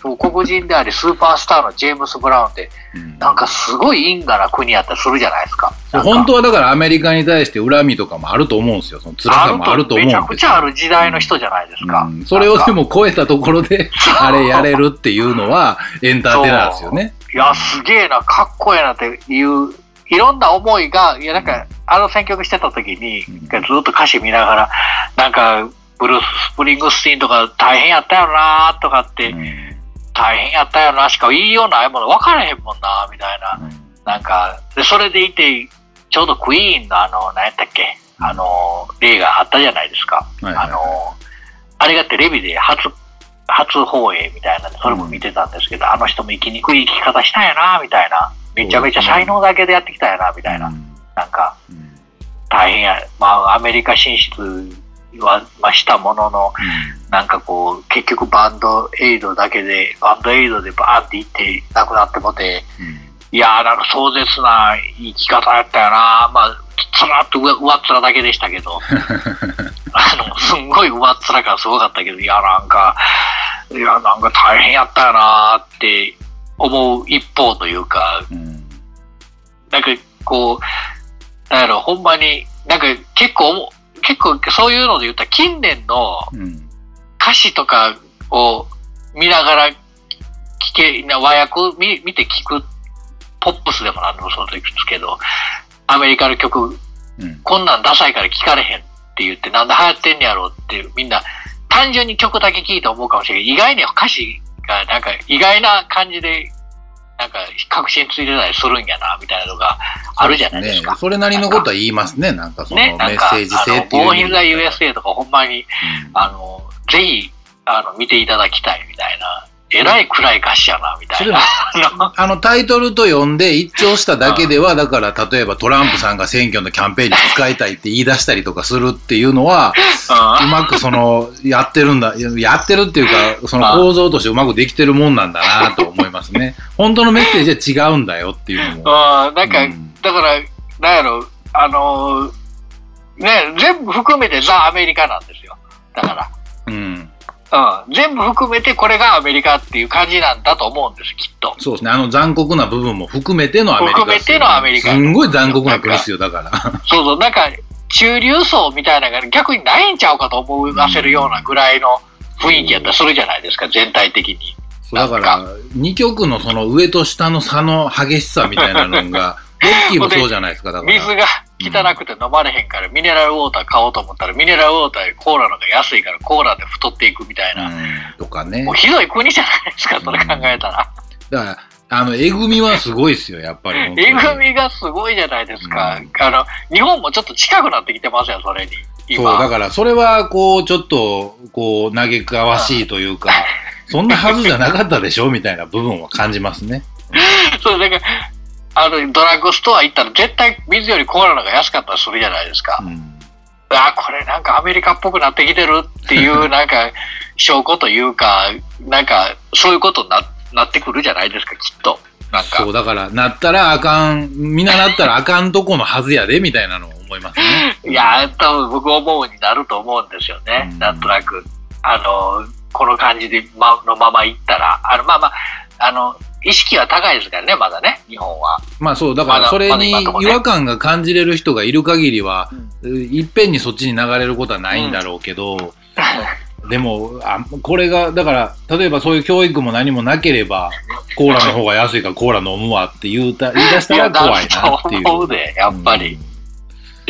Speaker 2: そう黒人でありスーパースターのジェームス・ブラウンって、うん、なんかすごい因果な国やったりするじゃないですか。
Speaker 1: 本当はだからアメリカに対して恨みとかもあると思うんですよ。その辛さもあると思うんですよ。
Speaker 2: めちゃくちゃある時代の人じゃないですか。
Speaker 1: うんうん、それをでも超えたところであれやれるっていうのはエンターテイナーですよね。
Speaker 2: いやすげえな、かっこええなっていういろんな思いが、いやなんか、うん、あの選曲してた時に、うん、ずっと歌詞見ながらなんかブルース・スプリングスティーンとか大変やったよなとかって、うん、大変やったよなしか言いようないもの分からへんもんなみたいな、うん、なんかでそれでいてちょうどクイーンのあの何やったっけ、うん、あの例があったじゃないですか、はいはいはい、あのあれがテレビで初初放映みたいなそれも見てたんですけど、うん、あの人も生きにくい生き方したんやなみたいな、めちゃめちゃ才能だけでやってきたんやなみたいな、うん、なんか、うん、大変や、まあアメリカ進出は、まあ、したものの、うん、なんかこう結局バンドエイドだけでバンドエイドでバーンっていって亡くなってもて、うん、いやーなんか壮絶な生き方やったよな、まあつらっと上っ面だけでしたけどあのすんごい上っ面感すごかったけど、いやなんかいやなんか大変やったよなって思う一方というか、うん、なんかこうなんやろほんまになんか結構結構そういうので言ったら近年の歌詞とかを見ながら聞け、和訳を 見, 見て聞くポップスでもなんでもそうですけど、アメリカの曲、うん、こんなんダサいから聞かれへんって言ってなんで流行ってんねやろってみんな単純に曲だけ聴いて思うかもしれないけど、意外に歌詞がなんか意外な感じでなんか確信ついてたりするんやなみたいなのがあるじゃないですか。
Speaker 1: そ, ね、それなりのことは言いますね。なんかそのメッセージ性っていう、
Speaker 2: ボーン・イン・ザ・ユーエスエー とかほんまに、うん、あのぜひあの見ていただきたいみたいな、えらい暗い歌詞やなみたいな
Speaker 1: あのタイトルと読んで一聴しただけでは、だから例えばトランプさんが選挙のキャンペーンに使いたいって言い出したりとかするっていうのはうまくそのやってるんだやってるっていうかその構造としてうまくできてるもんなんだなと思いますね。本当のメッセージは違うんだよっていうのも、
Speaker 2: あなんか、うん、だからなんやろあのー、ね全部含めてザ・アメリカなんですよ。だからうんうん、全部含めてこれがアメリカっていう感じなんだと思うんですきっと。
Speaker 1: そうですね。あの残酷な部分も含めてのアメリカです、
Speaker 2: ね、含めてのアメリカ。
Speaker 1: すんごい残酷な国ですよだから
Speaker 2: そうそうなんか中流層みたいなのが逆にないんちゃうかと思わせるようなぐらいの雰囲気やったらするじゃないですか、全体的に。
Speaker 1: そうだからにきょくのその上と下の差の激しさみたいなのがロッキーもそうじゃないですか。だから
Speaker 2: 水が汚くて飲まれへんから、うん、ミネラルウォーター買おうと思ったらミネラルウォーターコーラの方が安いからコーラで太っていくみたいな、うん、
Speaker 1: とかね。
Speaker 2: もうひどい国じゃないですかそれ考えたら、
Speaker 1: うん、だからあのえぐみはすごいですよやっぱり。
Speaker 2: えぐみがすごいじゃないですか、うん、あの日本もちょっと近くなってきてますよそれに今。
Speaker 1: そうだからそれはこうちょっとこう嘆かわしいというかそんなはずじゃなかったでしょみたいな部分は感じますね。
Speaker 2: そうだからあのドラッグストア行ったら絶対水よりコーラの方が安かったりするじゃないですか、うん、あこれなんかアメリカっぽくなってきてるっていうなんか証拠というかなんかそういうことに な, なってくるじゃないですかきっと。なんか
Speaker 1: そうだからなったらあかんみんななったらあかんとこのはずやでみたいなのを思いますね。
Speaker 2: いや多分僕思うになると思うんですよね、うん、なんとなくあのこの感じで、ま、のままいったらあのまあまああの意識は高いですからねまだね日本は。
Speaker 1: まあそうだからそれに違和感が感じれる人がいる限りは、うん、いっぺんにそっちに流れることはないんだろうけど、うん、でもあこれがだから例えばそういう教育も何もなければコーラの方が安いからコーラ飲むわって言うた言い出したら怖いなっていう。
Speaker 2: いや思うでやっぱり、うん、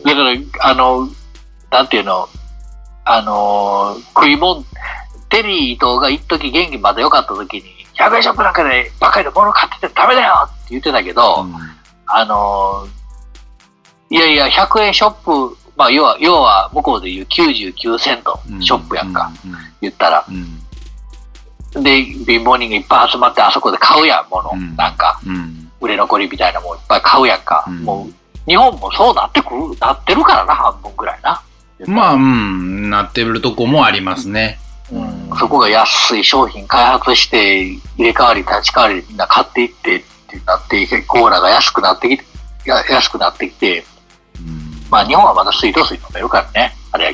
Speaker 2: だからあのなんていうのあの食いもんテリー伊藤が一時元気まだ良かった時にひゃくえんショップなんかでばかりで物買っててダメだよって言ってたけど、うん、あのいやいやひゃくえんショップ、まあ要は要は向こうでいうきゅうじゅうきゅうセントショップやんか、うんうんうん、言ったら、うん、で貧乏人がいっぱい集まってあそこで買うやんもの、うん、なんか、うん、売れ残りみたいなもんいっぱい買うやんか、うん、もう日本もそうなってくるなってるからな半分ぐらいな。
Speaker 1: まあうんなってるとこもありますね。
Speaker 2: うん、そこが安い商品開発して入れ替わり立ち替わりでみんな買っていってってなってコーラが安くなってきて安くなってきて、うん、まあ日本はまだ水道水飲めるからねあれやけど、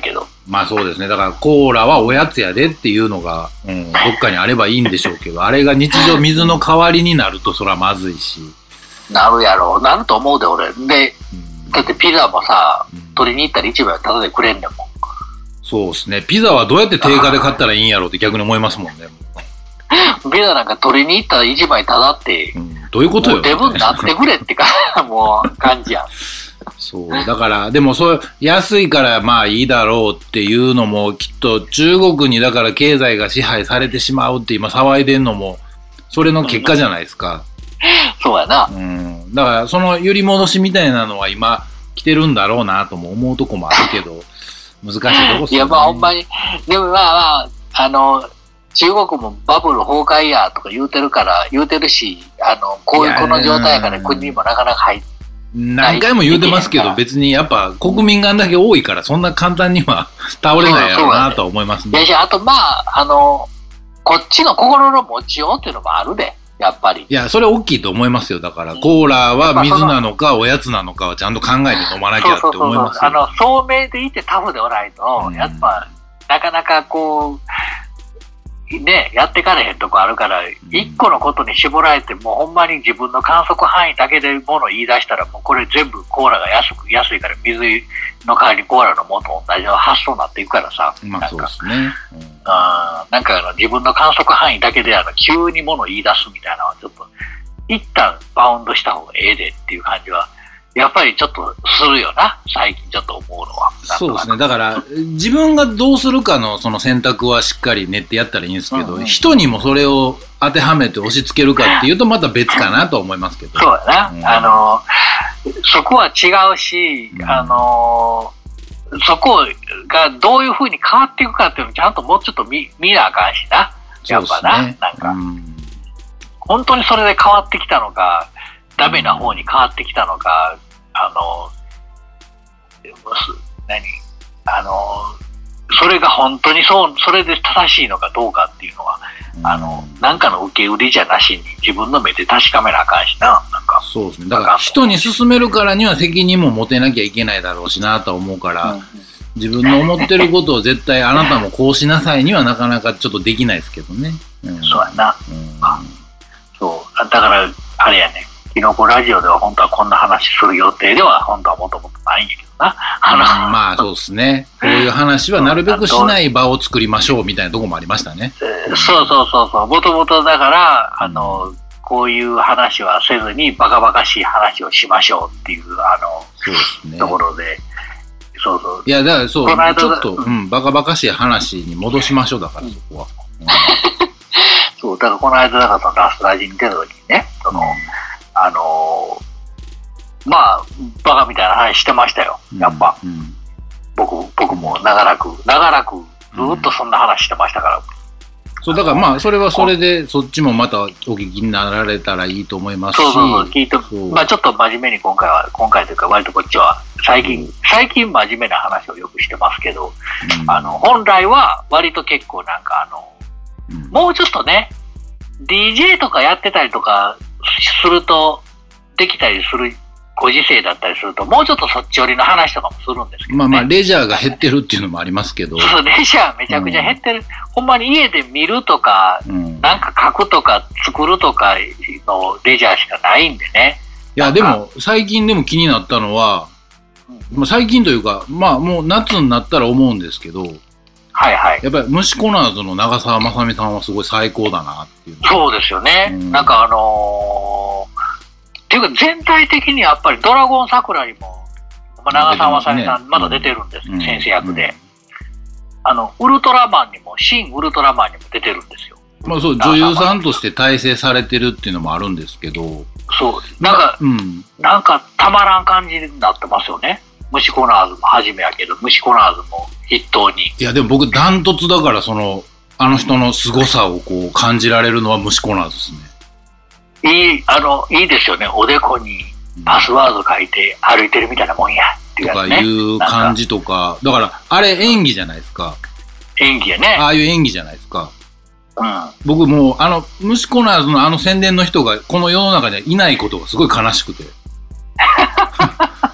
Speaker 1: まあそうですね。だからコーラはおやつやでっていうのが、うん、どっかにあればいいんでしょうけど、あれが日常水の代わりになるとそらまずいし。
Speaker 2: なるやろう。なると思うで、俺。で、うん、だってピザもさ、うん、取りに行ったら一枚タダでくれんねんもん。
Speaker 1: そうですね。ピザはどうやって定価で買ったらいいんやろうって逆に思いますもんね。
Speaker 2: ピザなんか取りに行ったら一枚タダって、
Speaker 1: うん、どういうことよ。
Speaker 2: デブになってくれってか、もう感じやん。
Speaker 1: そう。だから、でもそう、安いからまあいいだろうっていうのも、きっと中国にだから経済が支配されてしまうって今騒いでんのも、それの結果じゃないですか。
Speaker 2: そうやな。
Speaker 1: うん。だからその揺り戻しみたいなのは今来てるんだろうなとも思うとこもあるけど、難しいとこっすよね。
Speaker 2: いやまあほんまに、でもまあまあ、あの、中国もバブル崩壊やとか言うてるから、言うてるし、あの、こういうこの状態やから国にもなかなか入って、
Speaker 1: 何回も言うてますけど、別にやっぱ国民があんだけ多いから、そんな簡単には倒れないやろうなとは思いますね。
Speaker 2: いや、あとまあ、あの、こっちの心の持ちようっていうのもあるで、やっぱり。
Speaker 1: いや、それ大きいと思いますよ。だから、コーラは水なのかおやつなのかはちゃんと考えて飲まなきゃって思いますよ。
Speaker 2: あの、聡明でいてタフでおないと、やっぱ、なかなかこう、ね、やってかれへんとこあるから、一個のことに絞られて、もうほんまに自分の観測範囲だけでものを言い出したら、もうこれ全部コーラが安く、安いから水の代わりにコーラのもと同じ発想になっていくからさ。
Speaker 1: まあそうですね。うん、
Speaker 2: あなんかあの自分の観測範囲だけであの急にものを言い出すみたいなのはちょっと、一旦バウンドした方がええでっていう感じは、やっぱりちょっとするよな、最近ちょっと思うのは。
Speaker 1: そうですね。だから、自分がどうするかのその選択はしっかり練ってやったらいいんですけど、うんうん、人にもそれを当てはめて押し付けるかっていうとまた別かなと思いますけど。
Speaker 2: そうだな。うん、あの、そこは違うし、うん、あの、そこがどういうふうに変わっていくかっていうのをちゃんともうちょっと見、見なあかんしな。やっぱな。ね、なんか、うん、本当にそれで変わってきたのか、ダメな方に変わってきたのか、あの、何あの、それが本当にそう、それで正しいのかどうかっていうのは、うん、あの、なんかの受け売りじゃなしに自分の目で確かめなあかんしな。なんか
Speaker 1: そうですね。だから人に勧めるからには責任も持てなきゃいけないだろうしなと思うから、うん、自分の思ってることを絶対あなたもこうしなさいにはなかなかちょっとできないですけどね。
Speaker 2: うん、そうやな。うん、そう。だから、あれやね。キノコラジオでは本当はこんな話する予定では本当はもともとないんやけどな。あの、
Speaker 1: うん、まあそうですね。こういう話はなるべくしない場を作りましょうみたいなところもありましたね。
Speaker 2: そうそうそうそう。もともとだから、あの、こういう話はせずにバカバカしい話をしましょうっていう、あの、
Speaker 1: そうですね、
Speaker 2: ところで。そうそう。
Speaker 1: いや、だからそう、ちょっと、うん、バカバカしい話に戻しましょう、だからそこは。うん、
Speaker 2: そう、だからこの間、だからそのラスラジに出た時にね、その、うん、あのー、まあ、バカみたいな話してましたよ、やっぱ。うんうん、僕、僕も長らく、長らくずっとそんな話してましたから。うん、
Speaker 1: そう、だからまあ、それはそれで、そっちもまたお聞きになられたらいいと思いますし。
Speaker 2: そうそうそう、聞いて、まあちょっと真面目に今回は、今回というか割とこっちは、最近、うん、最近真面目な話をよくしてますけど、うん、あの、本来は割と結構なんかあの、うん、もうちょっとね、ディージェー とかやってたりとか、すると、できたりするご時世だったりすると、もうちょっとそっち寄りの話とかもするんですけど、ね、
Speaker 1: まあまあ、レジャーが減ってるっていうのもありますけど。
Speaker 2: そう、レジャーめちゃくちゃ減ってる。うん、ほんまに家で見るとか、うん、なんか書くとか作るとかのレジャーしかないんでね。
Speaker 1: いや、でも、最近でも気になったのは、うん、最近というか、まあもう夏になったら思うんですけど、
Speaker 2: はいはい。
Speaker 1: やっぱり虫コナーズの長澤まさみさんはすごい最高だなっていう。
Speaker 2: そうですよね。うん、なんかあのー、っていうか全体的にやっぱりドラゴン桜にも長澤まさみさんまだ出てるんですよ、うん、先生役で、うん。あの、ウルトラマンにも、新ウルトラマンにも出てるんですよ。
Speaker 1: まあそう、女優さんとして大成されてるっていうのもあるんですけど。
Speaker 2: そう。なんか、うん、なんかたまらん感じになってますよね。虫コナーズも初めやけど、虫コナーズも筆頭に。
Speaker 1: いや、でも僕、ダントツだから、その、あの人の凄さをこう感じられるのは虫コナーズです
Speaker 2: ね。いい、あの、いいですよね。おでこにパスワード書いて歩いてるみたいなもんや。っていうやつね。
Speaker 1: とかいう感じとか、だから、あれ演技じゃないですか。
Speaker 2: 演技やね。
Speaker 1: ああいう演技じゃないですか。
Speaker 2: うん。
Speaker 1: 僕もう、あの、虫コナーズのあの宣伝の人が、この世の中にはいないことがすごい悲しくて。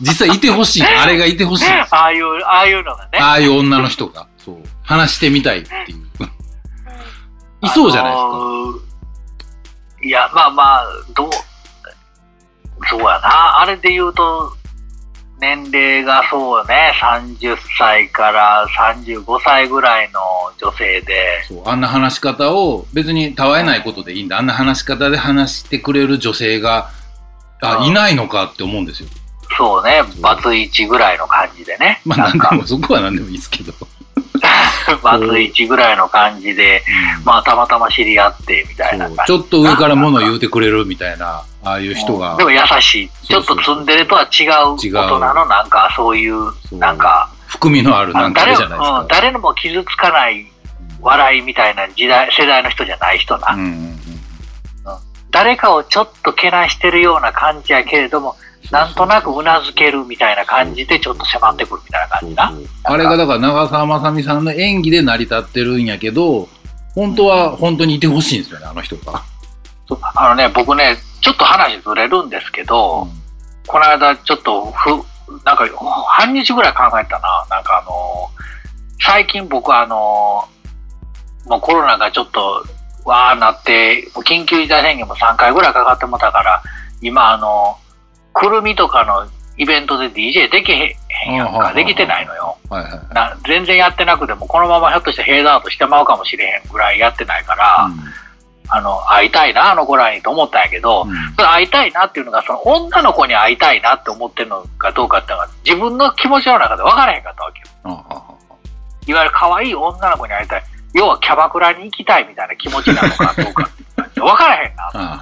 Speaker 1: 実際いてほしい。あれがいてほしい。
Speaker 2: ああいう、ああいうのがね。
Speaker 1: ああいう女の人が。そう。話してみたいっていう。いそうじゃないですか。あのー、
Speaker 2: いや、まあまあ、どう、そうやな。あれで言うと、年齢がそうね、さんじゅっさいからさんじゅうごさいぐらいの女性で。
Speaker 1: そう、あんな話し方を、別にたわえないことでいいんだ。あんな話し方で話してくれる女性が、あ、いないのかって思うんですよ。
Speaker 2: そうね、バツイチぐらいの感じでね。
Speaker 1: まあなんでも、そこはなんでもいいですけど。
Speaker 2: バツイチぐらいの感じで、うん、まあたまたま知り合ってみたいな感じ。
Speaker 1: ちょっと上から物言うてくれるみたいな、ああいう人が。
Speaker 2: うん、でも優しい。ちょっとツンデレとは違う大人のなんかそういう、なんか。
Speaker 1: 含みのあるなんかあれじゃないですか。
Speaker 2: うん、誰にも傷つかない笑いみたいな時代、世代の人じゃない人な。うんうんうん、誰かをちょっとけなしてるような感じやけれども、なんとなくうなずけるみたいな感じでちょっと迫ってくるみたいな感じな。そうそう
Speaker 1: あれがだから長澤まさみさんの演技で成り立ってるんやけど、本当は本当にいてほしいんですよね、あの人が。
Speaker 2: そうあのね、僕ね、ちょっと話ずれるんですけど、うん、この間ちょっとふ、なんか半日ぐらい考えたな。なんかあの、最近僕はあの、もうコロナがちょっとわーなって、緊急事態宣言もさんかいぐらいかかってもたから、今あの、くるみとかのイベントで ディージェー できへんやんか、できてないのよ、はいはい、な。全然やってなくても、このままひょっとしてフェードアウトしてまうかもしれへんぐらいやってないから、うん、あの、会いたいな、あの子らにと思ったんやけど、うん、それ会いたいなっていうのが、その女の子に会いたいなって思ってるのかどうかっていうのが、自分の気持ちの中で分からへんかったわけよ。いわゆる可愛い女の子に会いたい。要はキャバクラに行きたいみたいな気持ちなのかどうかって分からへんなと思って。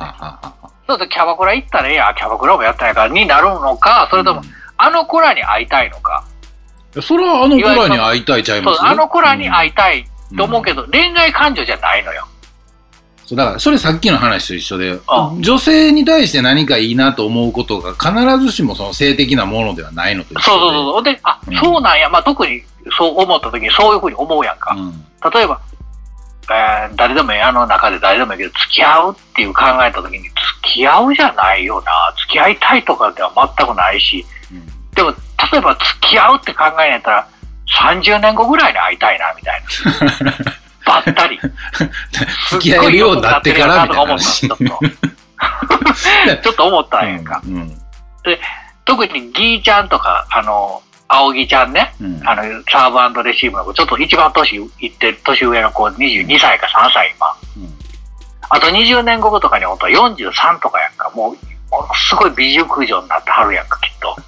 Speaker 2: そうするとキャバクラ行ったらええや、キャバクラもやってないからになるのか、それとも、うん、あの子らに会いたいのか。
Speaker 1: それはあの子らに会いたいちゃいます？
Speaker 2: そう、あの子らに会いたいと思うけど、うん、恋愛感情じゃないのよ。
Speaker 1: そうだからそれさっきの話と一緒で、うん、女性に対して何かいいなと思うことが必ずしもその性的なものではないのと一緒で。
Speaker 2: そうそうそう。で、あ、うん、そうなんや。まあ特にそう思った時にそういうふうに思うやんか。うん、例えば、えー、誰でもあの中で誰でもいいけど、付き合うっていう考えた時に、付き合うじゃないよな。付き合いたいとかでは全くないし、うん、でも、例えば付き合うって考えないたら、さんじゅうねんごぐらいに会いたいな、みたいな。ばったり。
Speaker 1: 付き合えるようになってからみたいな話。
Speaker 2: ちょっと。ちょっと思ったんやんか。うんうん、で、特にギーちゃんとか、あの、青木ちゃんね、うん、あの、サーブ&レシーブの子、ちょっと一番年いってる、年上の子、にじゅうにさいかさんさい今。うん、あとにじゅうねんごとかにほんとよんじゅうさんとかやんか。もう、ものすごい美熟女になってはるやんか、きっと。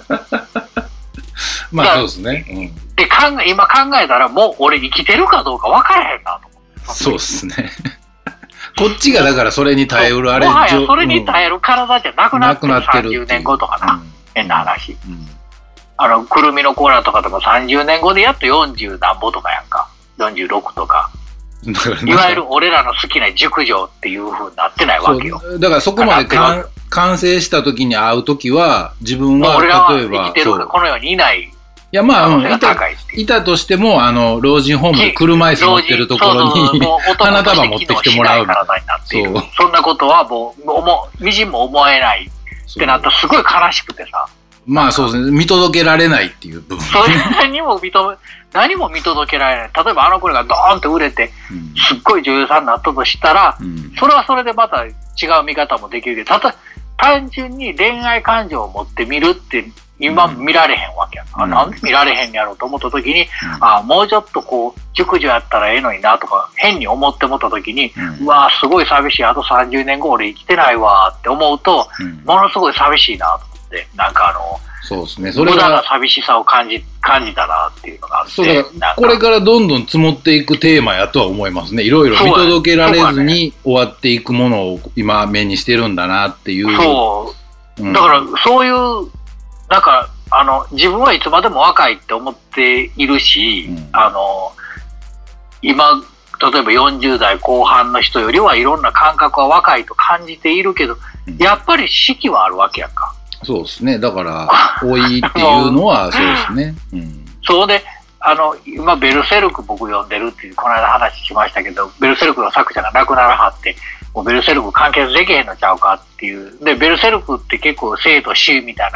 Speaker 1: まあそうですね。うん、
Speaker 2: で、考え、今考えたら、もう俺生きてるかどうか分からへんなと思って。
Speaker 1: そうですね。こっちがだからそれに耐えうるあれ。
Speaker 2: もはやそれに耐える体じゃなくなってる、うん、さんじゅうねんごとかな。うん、変な話。うんあの、くるみのコーナーとかでもさんじゅうねんごでやっとよんじゅうなんぼとかやんか。よんじゅうろくとか。いわゆる俺らの好きな熟女っていう風になってないわけよ。
Speaker 1: だからそこまで完成した時に会う時は、自分は
Speaker 2: 例えば。俺らは生きてるかこの世にいない。い
Speaker 1: やまあ、うん、いた、いたとしても、あの、老人ホームで車椅子持ってるところに、花束持ってきてもらうみたいな。
Speaker 2: そう。そんなことはもう、思う、みじんも思えないってなったらすごい悲しくてさ。
Speaker 1: まあそうですね。見届けられないっていう部分。
Speaker 2: それ何も認め、何も見届けられない。例えばあの子がドーンって売れて、うん、すっごい女優さんになったとしたら、うん、それはそれでまた違う見方もできるけど、たと単純に恋愛感情を持って見るって今見られへんわけや、うん、あ。なんで見られへんやろうと思った時に、うん、あもうちょっとこう、熟女やったらええのになとか、変に思って思った時に、うん、うわーすごい寂しい。あとさんじゅうねんご俺生きてないわって思うと、うん、ものすごい寂しいなと。なんかあの、
Speaker 1: そうですね。
Speaker 2: それ無駄な寂しさを感じ、感じたなっていうのがあって。
Speaker 1: そうだから、これからどんどん積もっていくテーマやとは思いますね。いろいろ見届けられずに終わっていくものを今目にしてるんだなっていう。
Speaker 2: そう。うん、だから、そういう、なんか、あの、自分はいつまでも若いって思っているし、うん、あの、今、例えばよんじゅうだいこう半の人よりはいろんな感覚は若いと感じているけど、やっぱり四季はあるわけやんか。
Speaker 1: そうですね。だから、多いっていうのはそうですね。うん、
Speaker 2: そうで、あの、今、ベルセルク僕読んでるっていう、この間話しましたけど、ベルセルクの作者が亡くならはって、もうベルセルク完結できへんのちゃうかっていう。で、ベルセルクって結構生と死みたいなもん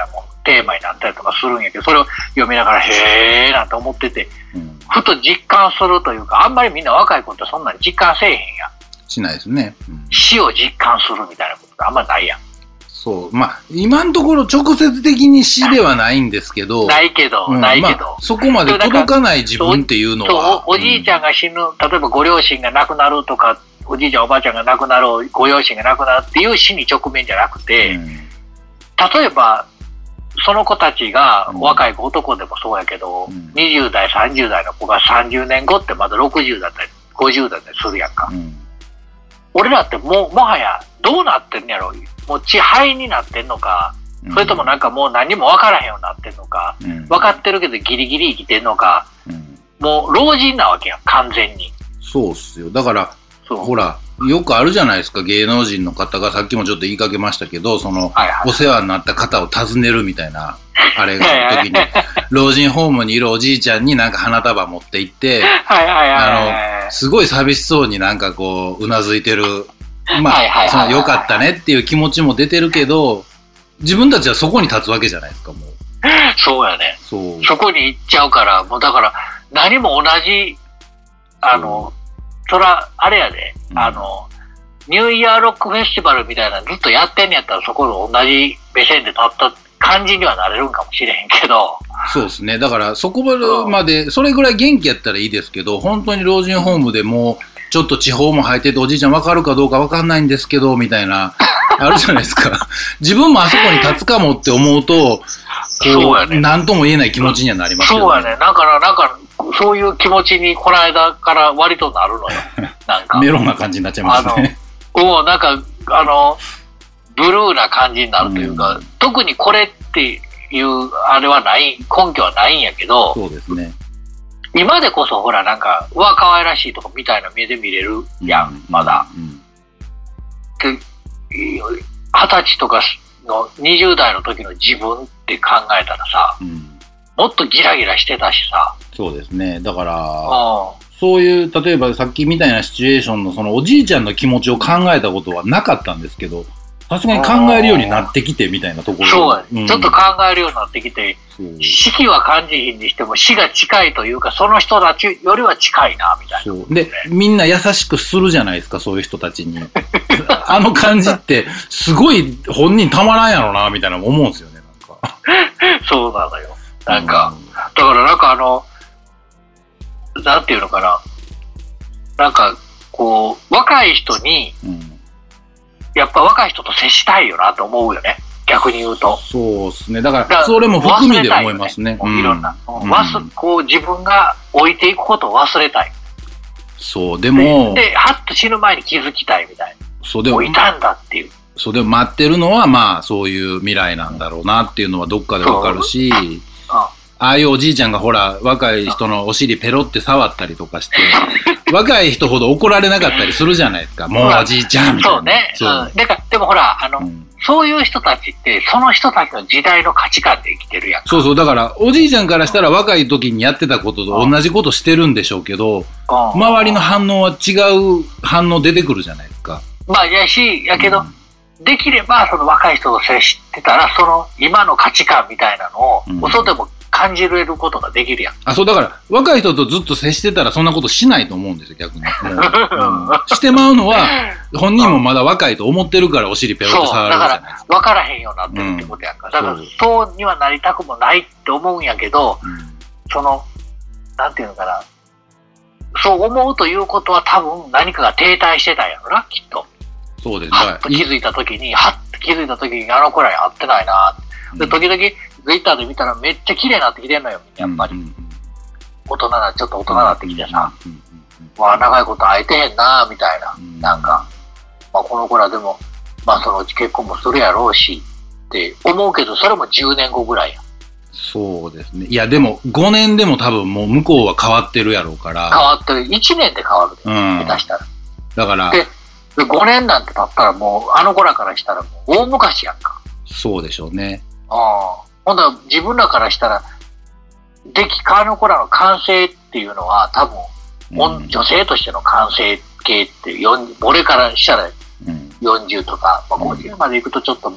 Speaker 2: テーマになったりとかするんやけど、それを読みながらへーなんて思ってて、うん、ふと実感するというか、あんまりみんな若い子ってそんなに実感せえへんやん。
Speaker 1: しないですね、うん、
Speaker 2: 死を実感するみたいなことってあんまりないやん。
Speaker 1: そう、まあ今のところ直接的に死ではないんですけど、
Speaker 2: ないけど、うん、ないけど、まあ、
Speaker 1: そこまで届かない自分っていうのは、
Speaker 2: お, おじいちゃんが死ぬ、うん、例えばご両親が亡くなるとか、おじいちゃんおばあちゃんが亡くなる、ご両親が亡くなるっていう死に直面じゃなくて、うん、例えばその子たちが、うん、若い子、男でもそうやけど、うん、にじゅう代さんじゅう代の子がさんじゅうねんごってまだろくじゅうだったりごじゅうだったりするやんか、うん、俺らってもうもはやどうなってんやろ、もう血灰になってんのか、うん、それともなんかもう何も分からへんようになってんのか、うん、分かってるけどギリギリ生きてんのか、うん、もう老人なわけやん、完全に。
Speaker 1: そうっすよ。だからほらよくあるじゃないですか、芸能人の方が、さっきもちょっと言いかけましたけど、その、はいはい、お世話になった方を訪ねるみたいなあれがある時に老人ホームにいるおじいちゃんになんか花束持って行って、あのすごい寂しそうになんかこううなずいてる、まあそのよかったねっていう気持ちも出てるけど、自分たちはそこに立つわけじゃないですか、もう。
Speaker 2: そうやね。そう、そこに行っちゃうから、もうだから何も同じ、あのそらあれやで、うん、あのニューイヤーロックフェスティバルみたいなずっとやってんやったら、そこの同じ目線で立った感じにはなれるんかもしれへんけど。
Speaker 1: そうですね。だからそこまでそれぐらい元気やったらいいですけど、本当に老人ホームでもうちょっと地方も入ってて、おじいちゃん分かるかどうか分かんないんですけどみたいなあるじゃないですか。自分もあそこに立つかもって思うと、
Speaker 2: そうやね、
Speaker 1: 何とも言えない気持ちにはなりますよね。
Speaker 2: そうやね。だからなんかそういう気持ちにこの間から割となるのよ。なんか
Speaker 1: メロンな感じになっちゃいますね。
Speaker 2: あのもうなんかあのブルーな感じになるというか、うん、特にこれっていうあれはない、根拠はないんやけど、
Speaker 1: そうですね。
Speaker 2: 今でこそほらなんかうわ可愛らしいとかみたいな目で見れるやん、うん、まだ。うん、ではたちとかのにじゅう代の時の自分って考えたらさ、うん、もっとギラギラしてたしさ。
Speaker 1: そうですね。だから、そういう例えばさっきみたいなシチュエーションのそのおじいちゃんの気持ちを考えたことはなかったんですけど、さすがに考えるようになってきてみたいなところ。
Speaker 2: そう、うん、ちょっと考えるようになってきて、死期は感じひんにしても死が近いというか、その人たちよりは近いなみたいな。
Speaker 1: そうで、みんな優しくするじゃないですか、そういう人たちに。あの感じってすごい本人たまらんやろなみたいな思うんですよね、なんか。
Speaker 2: そうなのよ。なんか、うん、だからなんかあのなんていうのかな、なんかこう若い人に、うん、やっぱ若い人と接したいよなと思うよね、逆に言うと。
Speaker 1: そうですね。だからそれも含みで思いますね。
Speaker 2: いろんな、うん、忘こう自分が置いていくことを忘れたい。
Speaker 1: そうでも
Speaker 2: で、はっと死ぬ前に気づきたいみたいな。そうでもいたんだっていう。
Speaker 1: そうでも待ってるのはまあそういう未来なんだろうなっていうのはどっかでわかるし。ああいうおじいちゃんがほら若い人のお尻ペロって触ったりとかして若い人ほど怒られなかったりするじゃないですか。もうおじいちゃんみたいな。
Speaker 2: そうね。そう、うん、だからでもほらあの、うん、そういう人たちってその人たちの時代の価値観で生きてるやんか。
Speaker 1: そうそう。だからおじいちゃんからしたら若い時にやってたことと同じことしてるんでしょうけど、うん、周りの反応は違う反応出てくるじゃないですか。
Speaker 2: まあやしやけど、うん、できればその若い人と接してたらその今の価値観みたいなのを、うん、嘘でも感じれることができるやん。
Speaker 1: あ、そうだから若い人とずっと接してたらそんなことしないと思うんですよ、逆に。うん、してまうのは本人もまだ若いと思ってるからお尻ペロって触るじゃないですか。
Speaker 2: そうだから分からへんようになってるってことやんか。うん、だからそうにはなりたくもないって思うんやけど、うん、そのなんていうのかな、そう思うということは多分何かが停滞してたんやろな、きっと。
Speaker 1: そうです。
Speaker 2: はっと気づいた時にはっと気づいた時にあの子らに会ってないな。で時々ツイッターで見たらめっちゃ綺麗になってきてんのよ、やっぱり。うんうんうん、大人な、ちょっと大人になってきてさ、うんうんうん、わあ長いこと会えてへんなみたいな、うん、なんか、まあ、この子らでも、まあそのうち結婚もするやろうしって思うけど、それもじゅうねんごぐらいや。
Speaker 1: そうですね。いやでもごねんでも多分もう向こうは変わってるやろうから。
Speaker 2: 変わってる。いちねんで変わるで、うん、下手したら。
Speaker 1: だから。
Speaker 2: で、でごねんなんて経ったらもう、あの子らからしたらもう大昔やんか。
Speaker 1: そうでしょうね。
Speaker 2: ああ。ほんとは自分らからしたら、でき、あの子らの感性っていうのは多分、うん、女性としての感性系って、俺からしたらよんじゅうとか、まあ、ごじゅうまでいくとちょっとまあ、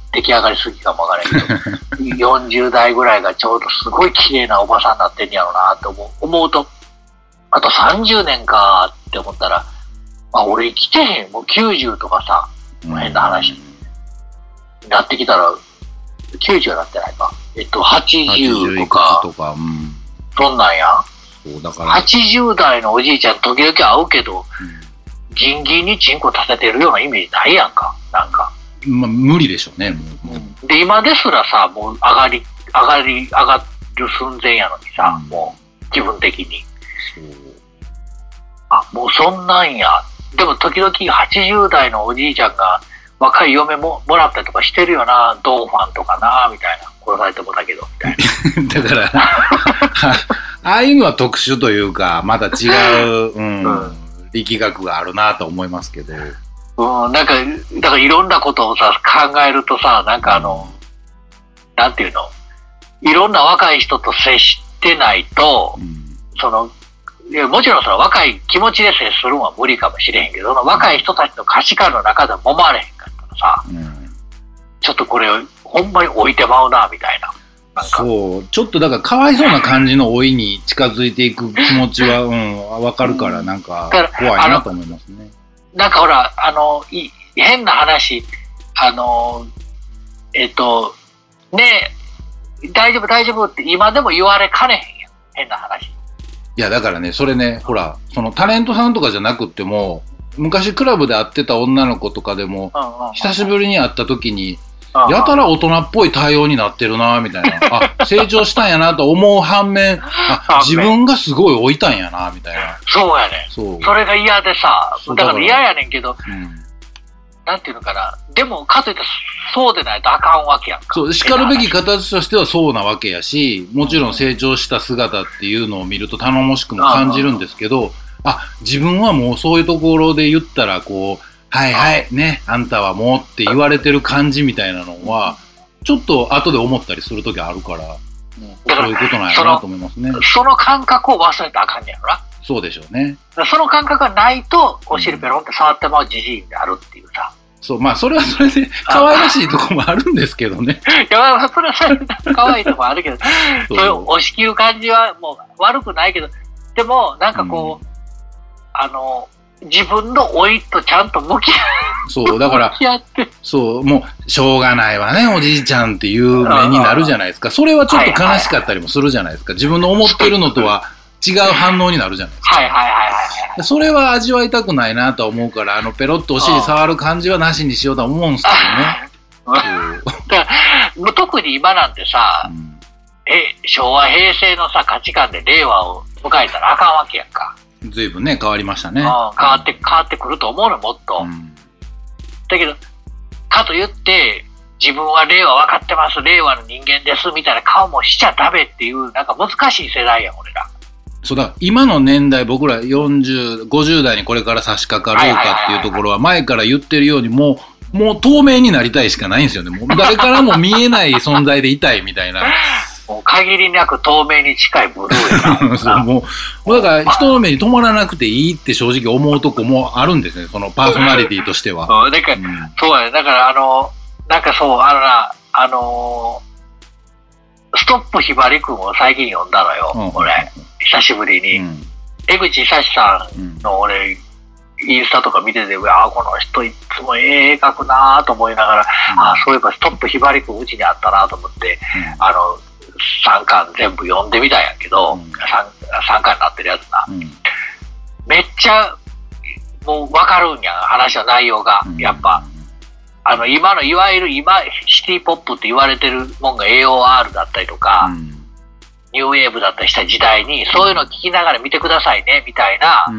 Speaker 2: 出来上がりすぎかもわからないけど、よんじゅう代ぐらいがちょうどすごい綺麗なおばさんになってんやろうなと思う、思うと、あとさんじゅうねんかって思ったら、あ、俺生きてへん、もうきゅうじゅうとかさ、もう変な話になってきたら、きゅうじゅうはなってないか。えっと、はちじゅうとか、
Speaker 1: とか、うん、
Speaker 2: そんなんやん。
Speaker 1: そうだから
Speaker 2: はちじゅう代のおじいちゃん時々会うけど、
Speaker 1: うん、
Speaker 2: ギンギンにチンコ立ててるようなイメージないやんか、なんか。
Speaker 1: まあ、無理でしょうね、もう。
Speaker 2: うん、で、今ですらさ、もう上がり、上がり、上がる寸前やのにさ、うん、もう気分的に。そう。あ、もうそんなんや。でも時々はちじゅう代のおじいちゃんが若い嫁ももらったりとかしてるよな、ドーファンとかな、みたいな。殺されてもだけど、みたいな。
Speaker 1: だから、ああいうのは特殊というか、また違う、うん、うん、力学があるなと思いますけど。
Speaker 2: うん、なんか、だからいろんなことをさ、考えるとさ、なんかあの、なんていうの、いろんな若い人と接してないと、うん、その、いやもちろんその若い気持ちで接するのは無理かもしれへんけど、その若い人たちの価値観の中で揉まれへんかったらさ、うん、ちょっとこれほんまに置いてまうな、みたいな。なんか
Speaker 1: そう、ちょっとだからかわいそうな感じの老いに近づいていく気持ちは、うん、わかるから、なんか怖いなと思いますね。
Speaker 2: なんかほら、あの、い変な話、あの、えっと、ねえ、大丈夫大丈夫って今でも言われかねへんやん。変な話。
Speaker 1: いや、だからね、それね、ほら、そのタレントさんとかじゃなくっても、昔クラブで会ってた女の子とかでも、うんうん、久しぶりに会った時に、うん、やたら大人っぽい対応になってるな、みたいな。あ、成長したんやなと思う反面、あ、自分がすごい老いたんやな、みたいな。
Speaker 2: そうやね。そう。それが嫌でさ、だから嫌やねんけど、うん、なんていうのかな。でも、かといってそうでないとあかんわけやんか。
Speaker 1: そう、叱るべき形としてはそうなわけやし、もちろん成長した姿っていうのを見ると頼もしくも感じるんですけど、あ、自分はもうそういうところで言ったら、こう、はいはいね、あんたはもうって言われてる感じみたいなのは、ちょっと後で思ったりするときあるから、そういうことなんやなと思いますね。
Speaker 2: その感覚を忘れたらあかんねやろな。
Speaker 1: そうでしょうね。
Speaker 2: その感覚がないと、お尻ペロンって触ってまうじじいであるっていうさ。
Speaker 1: そう、まあそれはそれで可愛らしいところもあるんですけどね。
Speaker 2: いや、まあそれはそれで可愛いところもあるけど、そういう押し切る感じはもう悪くないけど、でもなんかこう、うん、あの、自分の老いとちゃんと向き合う。
Speaker 1: そう、だから、そう、もう、しょうがないわね、おじいちゃんっていう目になるじゃないですか。それはちょっと悲しかったりもするじゃないですか。自分の思ってるのとは違う反応になるじゃないですか。はいはいはいはい。それは味わいたくないなと思うから、あの、ペロッとお尻触る感じはなしにしようと思うんですけどね。
Speaker 2: だから特に今なんてさ、うん、え、昭和平成のさ、価値観で令和を迎えたらあかんわけやんか。
Speaker 1: ずいぶんね、変わりましたね。うん、
Speaker 2: 変わって、変わってくると思うの、もっと。うん、だけど、かと言って、自分は令和分かってます、令和の人間です、みたいな顔もしちゃダメっていう、なんか難しい世代やん、俺ら。
Speaker 1: そうだ、今の年代、僕らよんじゅう、ごじゅう代にこれから差し掛かろうかっていうところは、前から言ってるように、もう、もう透明になりたいしかないんですよね。もう誰からも見えない存在でいたいみたいな。
Speaker 2: もう限りなく透明に近いブルーやな。
Speaker 1: そう、もう、もうだから人の目に止まらなくていいって正直思うとこもあるんですね、そのパーソナリティとしては。
Speaker 2: うん、だから、うん、そうやね。だからあの、なんかそう、あのな、あのー、ストップひばりくんを最近読んだのよ、うん、俺。久しぶりに。うん、江口久志さんの俺、インスタとか見てて、うわ、この人いつも絵描くなと思いながら、うん、あ、そういえばストップひばりくんうちにあったなと思って、うん、あの、さんかん全部読んでみたんやけど、うん、3, さんかんになってるやつな、うん、めっちゃもう分かるんや、話の内容が、うん、やっぱあの今のいわゆる今シティポップって言われてるもんが エーオーアール だったりとか、うん、ニューウェーブだったりした時代にそういうのを聞きながら見てくださいねみたいな、うん、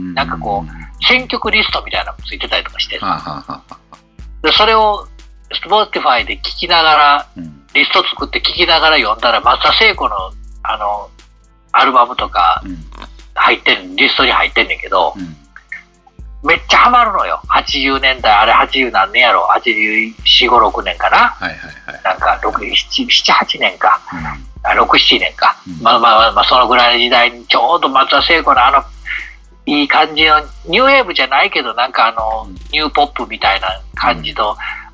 Speaker 2: なんかこう選曲リストみたいなのもついてたりとかしてさ、でそれを Spotify で聞きながら、うん、リスト作って聞きながら読んだら松田聖子のあのアルバムとか入ってん、リストに入ってんねんけど、うん、めっちゃハマるのよ。はちじゅうねんだい、あれはちじゅう何年やろ、はちじゅうよん、ご、ろくねんかな、はいはいはい、なんかろく、なな、はちねんか、うん、ろく、ななねんか、うん、まあまあまあ、まあ、そのぐらいの時代にちょうど松田聖子のあのいい感じのニューウェーブじゃないけどなんかあの、うん、ニューポップみたいな感じと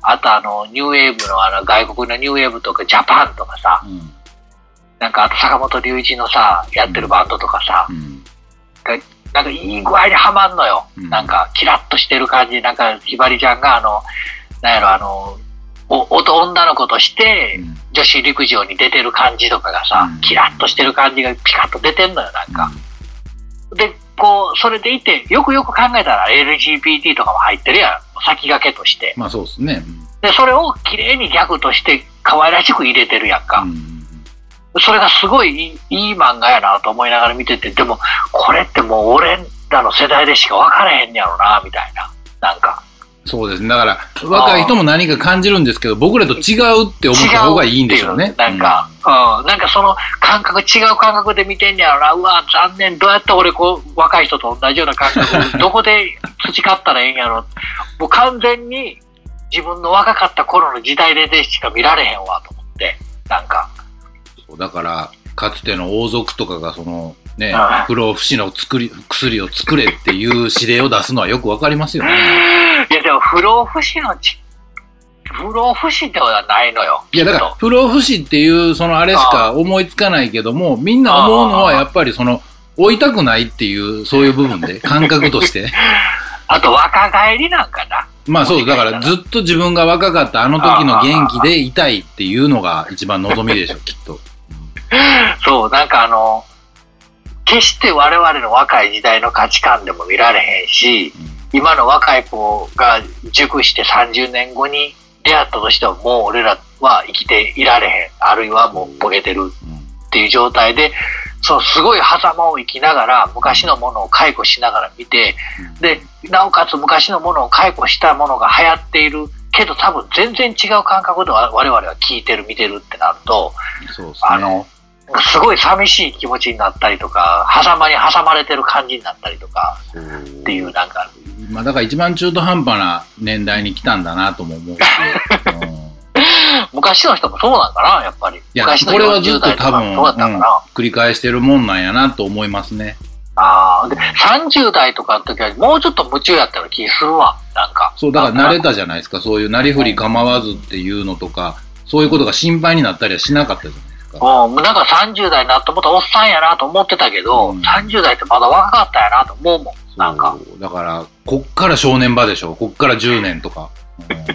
Speaker 2: あとあの、ニューウェーブのあの、外国のニューウェーブとかジャパンとかさ、うん、なんかあと坂本龍一のさ、やってるバンドとかさ、うん、なんかいい具合にはまんのよ。うん、なんかキラッとしてる感じ、なんかひばりちゃんがあの、なんやろあの、お、女の子として、女子陸上に出てる感じとかがさ、うん、キラッとしてる感じがピカッと出てんのよ、なんか。うん、で、こう、それでいて、よくよく考えたら エルジービーティー とかも入ってるやん。先駆けとして。
Speaker 1: まあそうですね。
Speaker 2: で、それを綺麗にギャグとして可愛らしく入れてるやんか。うん、それがすごいいい、いい漫画やなと思いながら見てて、でも、これってもう俺らの世代でしか分からへんやろな、みたいな。なんか。
Speaker 1: そうですね。だから、若い人も何か感じるんですけど、僕らと違うって思った方がいいんでしょうね。
Speaker 2: なんか、うん、うん。なんかその感覚、違う感覚で見てんやろな。うわ、残念。どうやって俺、こう、若い人と同じような感覚、どこで培ったらええんやろ。もう完全に自分の若かった頃の時代でしか見られへんわ、と思って。なんか。
Speaker 1: そうだから、かつての王族とかが、その、ね、不老不死の作り薬を作れっていう指令を出すのはよくわかりますよね。
Speaker 2: いやでも不老不死のち不老不死ではないのよ。
Speaker 1: いやだから不老不死っていうそのあれしか思いつかないけども、みんな思うのはやっぱりその追いたくないっていうそういう部分で感覚として。
Speaker 2: あと若返りなんかな。
Speaker 1: まあそうだからずっと自分が若かったあの時の元気でいたいっていうのが一番望みでしょきっと。
Speaker 2: そうなんかあの。決して我々の若い時代の価値観でも見られへんし、うん、今の若い子が熟してさんじゅうねんごに出会ったとしてももう俺らは生きていられへん、あるいはもうボケてるっていう状態で、そのすごい狭間を生きながら昔のものを解雇しながら見て、うん、で、なおかつ昔のものを解雇したものが流行っているけど多分全然違う感覚で我々は聞いてる見てるってなると、
Speaker 1: そうですね、
Speaker 2: あのすごい寂しい気持ちになったりとか、狭間に挟まれてる感じになったりとかっていうなんか、
Speaker 1: まあだから一番中途半端な年代に来たんだなとも思うし、うん、
Speaker 2: 昔の人もそうなんかなやっぱり。い
Speaker 1: やこれはずっと多分、うん、繰り返してるもんなんやなと思いますね。
Speaker 2: ああ、でさんじゅう代とかの時はもうちょっと夢中やったような気するわ。なんか
Speaker 1: そうだから慣れたじゃないですか。そういうなりふり構わずっていうのとか、そういうことが心配になったりはしなかったじゃないですか。
Speaker 2: うん、なんかさんじゅう代になって思ったおっさんやなと思ってたけど、うん、さんじゅう代ってまだ若かったやなと思うもん。なんか
Speaker 1: だからこっから正念場でしょ。こっからじゅうねんとか、うん、い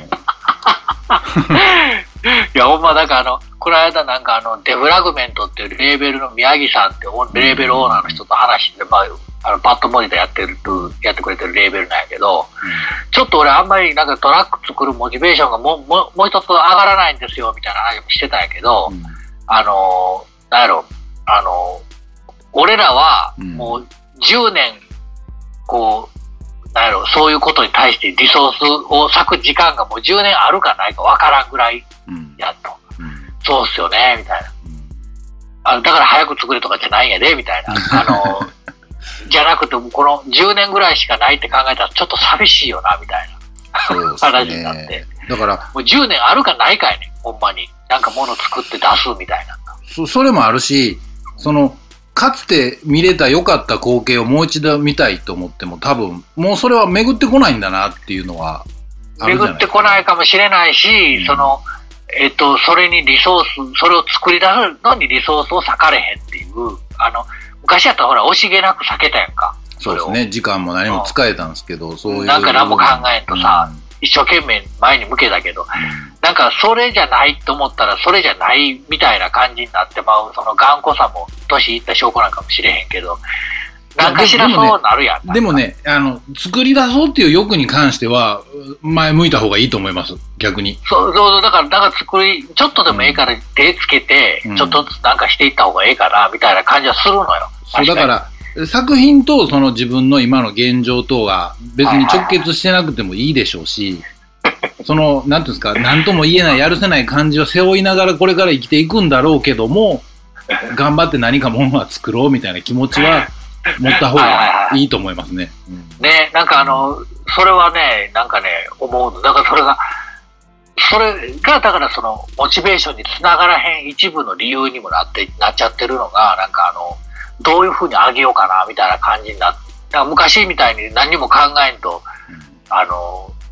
Speaker 2: やほんまだからあのこの間なんかあのデフラグメントっていうレーベルの宮城さんってレーベルオーナーの人と話して、まあ、あのパッドモニターやってるやってくれてるレーベルなんやけど、うん、ちょっと俺あんまりなんかトラック作るモチベーションがもうもうもう一つ上がらないんですよみたいな話もしてたんやけど、うん、あのー、なんやろ、あのー、俺らはもうじゅうねん、こう、なんやろ、そういうことに対してリソースを割く時間がもうじゅうねんあるかないかわからんぐらいやっと、うんうん、そうっすよね、みたいな。あのだから早く作れとかじゃないんやで、みたいな。あのー、じゃなくて、このじゅうねんぐらいしかないって考えたらちょっと寂しいよな、みたいな、そうですね、話になって。だから、もうじゅうねんあるかないかやねん、ほんまに。なんか物作って出すみたいな。
Speaker 1: そ, それもあるし、その、かつて見れた良かった光景をもう一度見たいと思っても多分、もうそれは巡ってこないんだなっていうのはあるじゃないですか。
Speaker 2: 巡ってこないかもしれないし、うん、その、えっと、それにリソース、それを作り出すのにリソースを割かれへんっていう、あの、昔やったらほら、惜しげなく避けたやんか。
Speaker 1: そうですね。時間も何も使えたんですけど、うん、そういう。
Speaker 2: なんか何も考えんとさ、うん一生懸命前に向けたけど、うん、なんかそれじゃないと思ったらそれじゃないみたいな感じになってまう、その頑固さも年いった証拠なんかもしれへんけど、なんかしらそうなるやん。
Speaker 1: でもね、あの、作り出そうっていう欲に関しては、前向いた方がいいと思います、逆に。
Speaker 2: そう、そう、だから、だから作り、ちょっとでもええから手つけて、うん、ちょっとずつなんかしていった方がええかな、みたいな感じはするのよ。
Speaker 1: そう、だから、作品とその自分の今の現状とは別に直結してなくてもいいでしょうし、その、なんていうんですか、なんとも言えない、やるせない感じを背負いながらこれから生きていくんだろうけども、頑張って何かものは作ろうみたいな気持ちは持った方がいいと思いますね。
Speaker 2: うん、ね、なんかあの、それはね、なんかね、思うの。だからそれが、それが、だからその、モチベーションにつながらへん一部の理由にもなって、なっちゃってるのが、なんかあの、どういうふうに上げようかな、みたいな感じになって、昔みたいに何にも考えんと、うん、あの、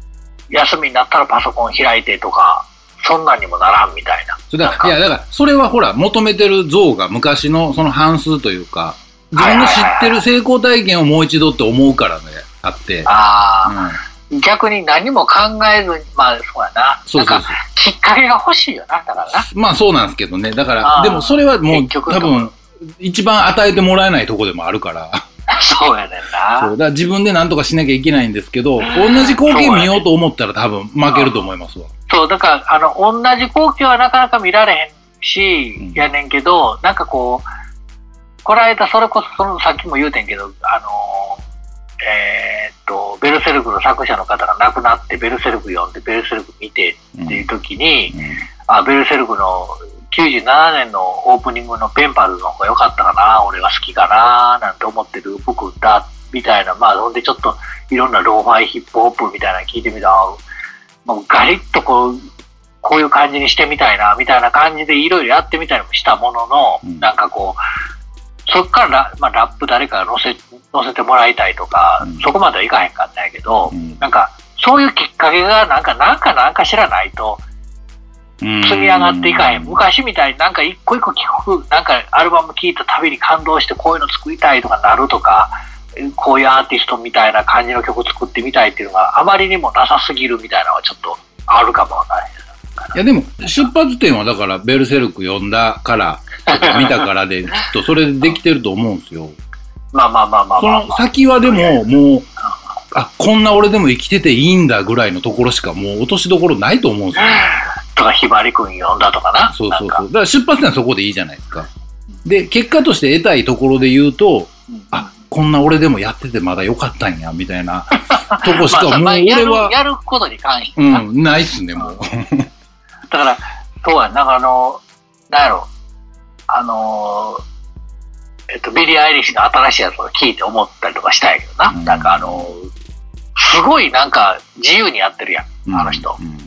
Speaker 2: 休みになったらパソコン開いてとか、そんなんにもならんみたいな。
Speaker 1: それだいや、だから、それはほら、求めてる像が昔のその半数というか、自分の知ってる成功体験をもう一度って思うからね、あって。
Speaker 2: ああ、うん、逆に何も考えずに、まあ、そうやな。そうそうそう。なんかきっかけが欲しいよな、だからな。
Speaker 1: まあ、そうなんですけどね。だから、でもそれはもう、多分、一番与えてもらえないとこでもあるから。
Speaker 2: そうやねんな。
Speaker 1: そう。だから自分で何とかしなきゃいけないんですけど、同じ光景見ようと思ったら多分負けると思いますわ。
Speaker 2: そう、だから、あの、同じ光景はなかなか見られへんし、うん、やねんけど、なんかこう、この間それこそ、そのさっきも言うてんけど、あの、えー、っと、ベルセルクの作者の方が亡くなって、ベルセルク読んで、ベルセルク見てっていう時に、うんうん、あ、ベルセルクのきゅうじゅうななねんのオープニングのペンパルの方が良かったかな、俺が好きかな、なんて思ってる僕だ、みたいな、まあ、ほんでちょっといろんなローファイヒップホップみたいなの聞いてみたら、もうガリッとこう、こういう感じにしてみたいな、みたいな感じでいろいろやってみたりもしたものの、うん、なんかこう、そっからラ、まあ、ラップ誰かが載せ、載せてもらいたいとか、うん、そこまではいかへんかったんやけど、うん、なんか、そういうきっかけがなんか、なんかなんか知らないと、積み上がっていかへん。昔みたいになんか一個一個曲、なんかアルバム聴いたたびに感動してこういうの作りたいとかなるとか、こういうアーティストみたいな感じの曲作ってみたいっていうのがあまりにもなさすぎるみたいなのはちょっとあるかもわからない。
Speaker 1: いやでも出発点はだからベルセルク読んだから見たからできっとそれでできてると思うんですよ。
Speaker 2: まあまあまあまあまあ、まあ、
Speaker 1: その先はでももうあこんな俺でも生きてていいんだぐらいのところしかもう落としどころないと思うんですよ、ね。
Speaker 2: とかひばりくん読んだとかな。
Speaker 1: そうそうそう。だから出発点はそこでいいじゃないですか。で結果として得たいところで言うと、うん、あこんな俺でもやっててまだ良かったんやみたいなとこしかもう俺は
Speaker 2: やることに関して、
Speaker 1: うん、ないっすねもう。
Speaker 2: だからそうやなんかあのなんやろあのえっとビリー・アイリッシュの新しいやつを聞いて思ったりとかしたんやけどな、うん、なんかあのすごいなんか自由にやってるやんあの人、うんうん、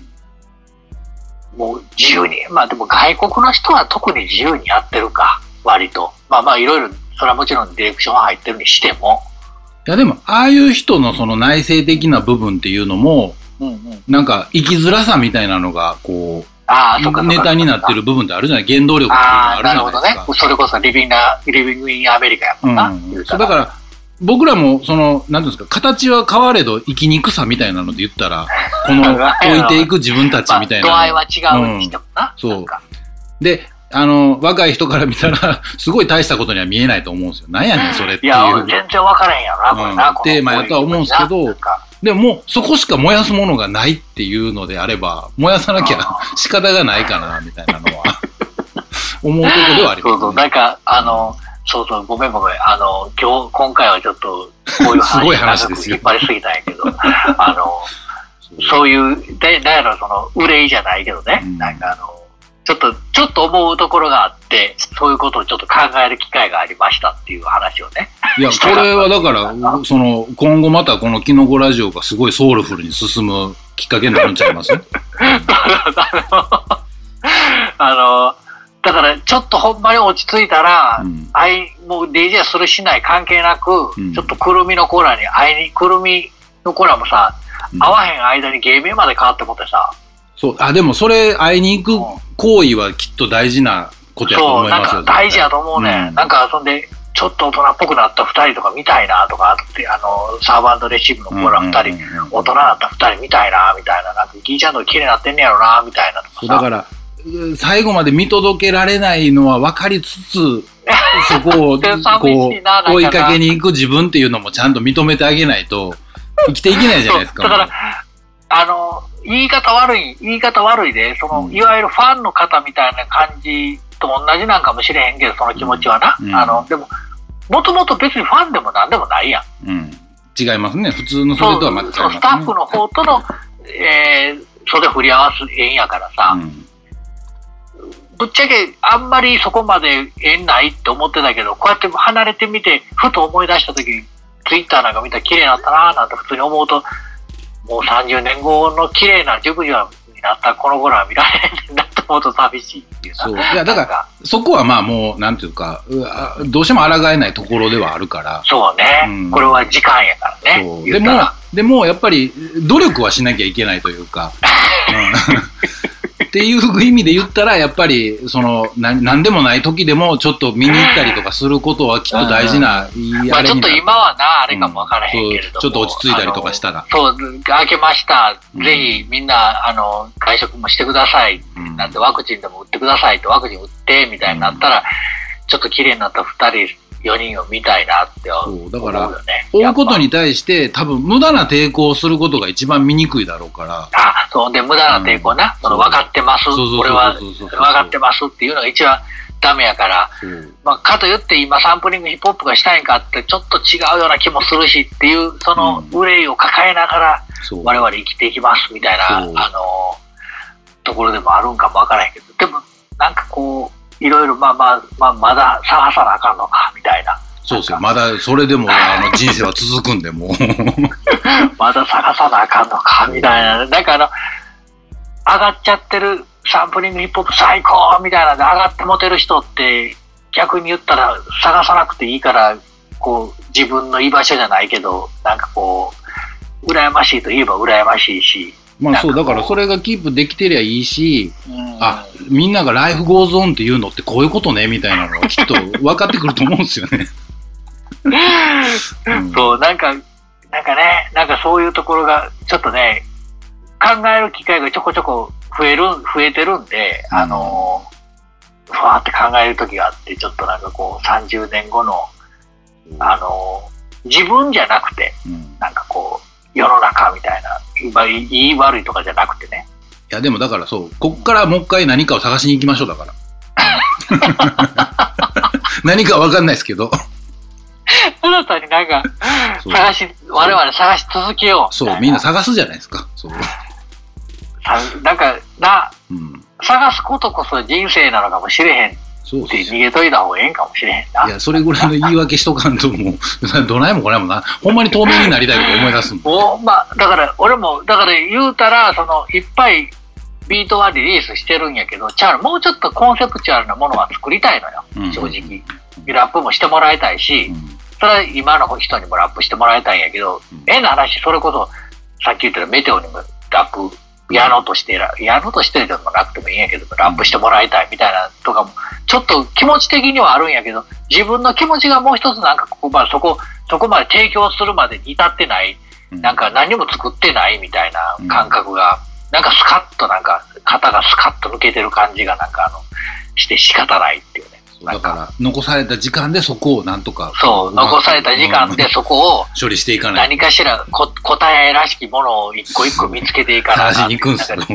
Speaker 2: もう自由にまあでも外国の人は特に自由にやってるか割とまあまあいろいろそれはもちろんディレクションは入ってるにしても
Speaker 1: いやでもああいう人のその内省的な部分っていうのも、うんうん、なんか生きづらさみたいなのがこうあそかネタになってる部分ってあるじゃない原動力っていうのがあるじゃないですか。
Speaker 2: なるほどね。それこそリビンナリビングインアメリカやもんな、うん、
Speaker 1: そうだから僕らもそのなんていうんですか形は変われど生きにくさみたいなので言ったらこの置いていく自分たちみたいな、
Speaker 2: まあ、度合いは違うにしてもな、
Speaker 1: うん、そうであの若い人から見たらすごい大したことには見えないと思うんですよ。なんやねんそれっていう。いや
Speaker 2: 全然分からへんやろな、これな、
Speaker 1: うん、テーマやとは思うんですけどでももうそこしか燃やすものがないっていうのであれば燃やさなきゃ仕方がないかなみたいなのは思うところではあります、ね、
Speaker 2: そうそうなんかあのそうそうごめんごめんあの今日今回はちょっとこういう
Speaker 1: すごい話ですよ
Speaker 2: 引っ張りすぎたんやけどあのそういうだだやろその憂いじゃないけどね、うん、なんかあのちょっとちょっと思うところがあってそういうことをちょっと考える機会がありましたっていう話をね。
Speaker 1: いやこれはだからその今後またこのキノコラジオがすごいソウルフルに進むきっかけになるんちゃいます？
Speaker 2: あのだからちょっとほんまに落ち着いたら、うん、あいもう ディージェー するしない関係なく、うん、ちょっとくるみのコーラに会いにくるみのコーラもさ、うん、会わへん間に芸名まで変わってもってさ。
Speaker 1: そうあでもそれ会いに行く行為はきっと大事なことやと思いますよ。
Speaker 2: そうなんか大事やと思うね、うん、なんかそんでちょっと大人っぽくなったふたりとか見たいなとかってあのサーバーレシーブのコーラふたり、うんうんうんうん、大人になったふたり見たいなみたいななんかギーちゃんと綺麗になってんねやろなみたいなとかさ。
Speaker 1: そうだから最後まで見届けられないのは分かりつつそこをこう追いかけに行く自分っていうのもちゃんと認めてあげないと生きていけないじゃないですか。
Speaker 2: だからあの言い方悪い言い方悪いでその、うん、いわゆるファンの方みたいな感じと同じなんかもしれへんけどその気持ちはな、うん、あのでももともと別にファンでもなんでもないやん、
Speaker 1: うん、違いますね普通のそれとはまた違いますね。
Speaker 2: そうスタッフの方との、えー、袖振り合わす縁やからさ、うん、ぶっちゃけあんまりそこまで縁ないって思ってたけどこうやって離れてみてふと思い出した時にツイッターなんか見たら綺麗になったなーなんて普通に思うともうさんじゅうねんごの綺麗な熟女になったこの頃は見られへんなと思うと寂しいっていうな。
Speaker 1: そういやだからそこはまあもうなんていうかどうしても抗えないところではあるから。
Speaker 2: そうね、うん、これは時間やからね。
Speaker 1: そうでもでもやっぱり努力はしなきゃいけないというか、うんっていう意味で言ったら、やっぱりその何でもない時でもちょっと見に行ったりとかすることはきっと大事な、
Speaker 2: うん、まあ、ちょっと今はなあれかも分からへんけれども、
Speaker 1: うん、ちょっと落ち着いたりとかしたら、
Speaker 2: そう開けました、うん、ぜひみんなあの会食もしてください、うん、なんてワクチンでも打ってくださいと、ワクチン打ってみたいになったら、うん、ちょっと綺麗になったふたりよにんを見たいなって思うよね。
Speaker 1: そうだから追うことに対して多分無駄な抵抗をすることが一番見にくいだろうから。
Speaker 2: あ、そうで無駄な抵抗な、うん、その分かってます、俺は分かってますっていうのが一番ダメやから、まあ、かといって今サンプリングヒップホップがしたいんかってちょっと違うような気もするしっていうその憂いを抱えながら我々生きていきますみたいな、あのところでもあるんかも分からへんけど、でもなんかこういろいろまあまあまあまだ探さなあかんのかみたいな。
Speaker 1: そうそう、まだそれでもあの人生は続くんで、もう
Speaker 2: まだ探さなあかんのかみたいな。なんかあの上がっちゃってるサンプリングヒップホップ最高みたいなで上がってモテる人って逆に言ったら探さなくていいから、こう自分の居場所じゃないけどなんかこう羨ましいといえば羨ましいし。
Speaker 1: まあそうだからそれがキープできてりゃいいし、うん、あ、みんながライフゴーズオンっていうのってこういうことねみたいなのがきっと分かってくると思うんですよね。うん、
Speaker 2: そうなんかなんかね、なんかそういうところがちょっとね考える機会がちょこちょこ増える増えてるんで、うん、あのふわーって考える時があって、ちょっとなんかこうさんじゅうねんごの、うん、あの自分じゃなくて、うん、なんかこう世の中みたいな、いい悪いとかじゃなくてね。
Speaker 1: いやでもだからそう、こっからもう一回何かを探しに行きましょうだから何かわかんないですけど
Speaker 2: 新たになんか探し我々探し続けよう。
Speaker 1: そうみんな探すじゃないですか。そう
Speaker 2: なんかな、うん、探すことこそ人生なのかもしれへんって逃げといた方がええんかもしれへんな。
Speaker 1: いやそれぐらいの言い訳しとかんともうどないもこないもな、ほんまに透明になりたいとか思い出すん
Speaker 2: もまあ、だから俺もだから言うたらそのいっぱいビートはリリースしてるんやけど、ちゃうもうちょっとコンセプチュアルなものは作りたいのよ、うん、正直ラップもしてもらいたいし、うん、それは今の人にもラップしてもらいたいんやけど、うん、ええな話、それこそさっき言ったメテオにもラップ矢野として矢野としてでもなくてもいいんやけどラップしてもらいたいみたいなとかもちょっと気持ち的にはあるんやけど、自分の気持ちがもう一つなんかここまでそこそこまで提供するまでに至ってない、なんか何も作ってないみたいな感覚が、なんかスカッとなんか肩がスカッと抜けてる感じがなんかあのして仕方ないっていうね。
Speaker 1: だから残された時間でそこをなんとか、
Speaker 2: そう残された時間でそこを
Speaker 1: 処理していかない、
Speaker 2: 何かしらこ答えらしきものを一個一個見つけていかない
Speaker 1: 探しに行くんですよ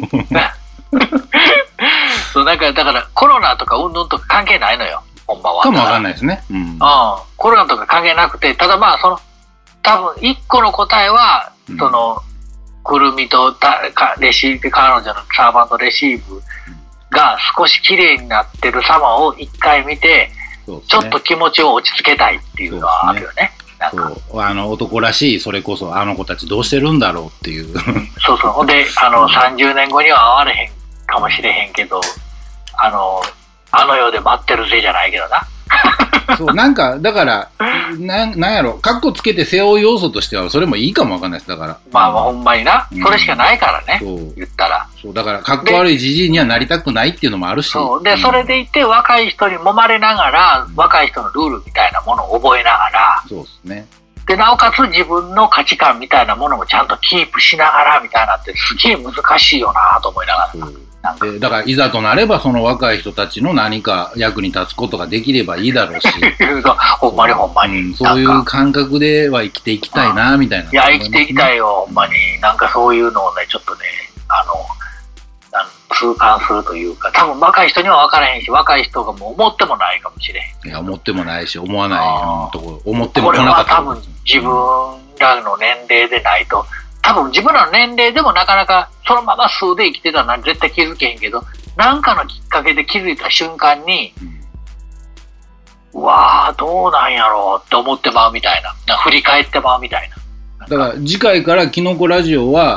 Speaker 2: そうなんかだからコロナとかうんぬんとか関係ないのよ、ほんまは。
Speaker 1: かもわかんないですね、うん、うん、
Speaker 2: コロナとか関係なくて、ただまあその多分一個の答えは、うん、そのくるみとたかレシーブ、彼女のサーバントレシーブが少し綺麗になってる様を一回見て、ね、ちょっと気持ちを落ち着けたいっていうのはあるよね。
Speaker 1: そうあの男らしい、それこそあの子たちどうしてるんだろうっていう
Speaker 2: そうそう、ほんであのさんじゅうねんごには会われへんかもしれへんけど、あのあの世で待ってるぜじゃないけどな
Speaker 1: そうなんかだからな、なんやろ、カッコつけて背負う要素としてはそれもいいかもわかんないです。だから
Speaker 2: まあほんまにな、うん、それしかないからね、そう言ったら。
Speaker 1: そうだからカッコ悪いじじいにはなりたくないっていうのもあるし、
Speaker 2: そうで、うん、それでいて若い人に揉まれながら、うん、若い人のルールみたいなものを覚えながら、
Speaker 1: そうですね。
Speaker 2: でなおかつ自分の価値観みたいなものもちゃんとキープしながらみたいなってすげえ難しいよなと思いながら、うんなんか
Speaker 1: でだからいざとなればその若い人たちの何か役に立つことができればいいだろうし
Speaker 2: ほんまにほんまに、
Speaker 1: うん、そういう感覚では生きていきたいなみたいな、ね、
Speaker 2: いや生きていきたいよほんまに。なんかそういうのをねちょっとねあの痛感するというか、多分若い人には分からへんし、若い人がもう思ってもないかもしれへん。
Speaker 1: いや思ってもないし思わないところ、思っても来なかった
Speaker 2: これは多分自分らの年齢でないと、多分自分らの年齢でもなかなかそのまま数で生きてたら絶対気づけへんけど、何かのきっかけで気づいた瞬間に、うん、うわーどうなんやろうって思ってまうみたいな、なんか振り返ってまうみたいな。
Speaker 1: だから次回からキノコラジオは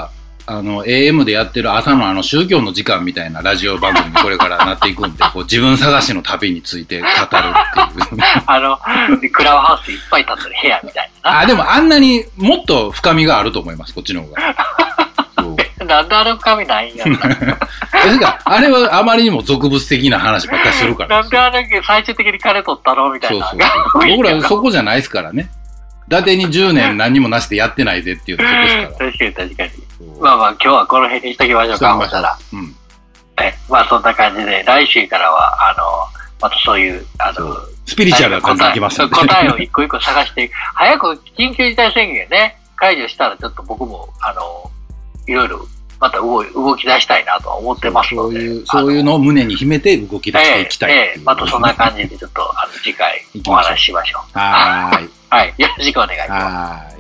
Speaker 1: あの エーエム でやってる朝のあの宗教の時間みたいなラジオ番組にこれからなっていくんで、こう自分探しの旅について語るっていう
Speaker 2: あのクラブハウスいっぱい立ってる部屋みたいな。
Speaker 1: あ、でもあんなにもっと深みがあると思います、こっちの方が。
Speaker 2: なんであれ深みないんやろな。
Speaker 1: ですか、あれはあまりにも俗物的な話ばっかりするから
Speaker 2: なんであれ最終的に金取ったのみたいな。
Speaker 1: そうそうそう僕らそこじゃないですからね。伊達にじゅうねん何もなしでやってないぜっていうのそこですから。
Speaker 2: 確かに確かに。まあまあ今日はこの辺にしときましょうか。思ったら。うん。え、まあそんな感じで、来週からは、あの、またそういう、あの、
Speaker 1: スピリチュアルな感じでいきます
Speaker 2: ね。答えを一個一個探していく。早く緊急事態宣言ね、解除したらちょっと僕も、あの、いろいろ、また動い動き出したいなと思ってますので。
Speaker 1: そういう、そういうのを胸に秘めて動き出していきたい。え
Speaker 2: ええ、またそんな感じでちょっと、あの、次回お話ししましょう。
Speaker 1: はーい。
Speaker 2: はい。よろしくお願いします。
Speaker 1: はい。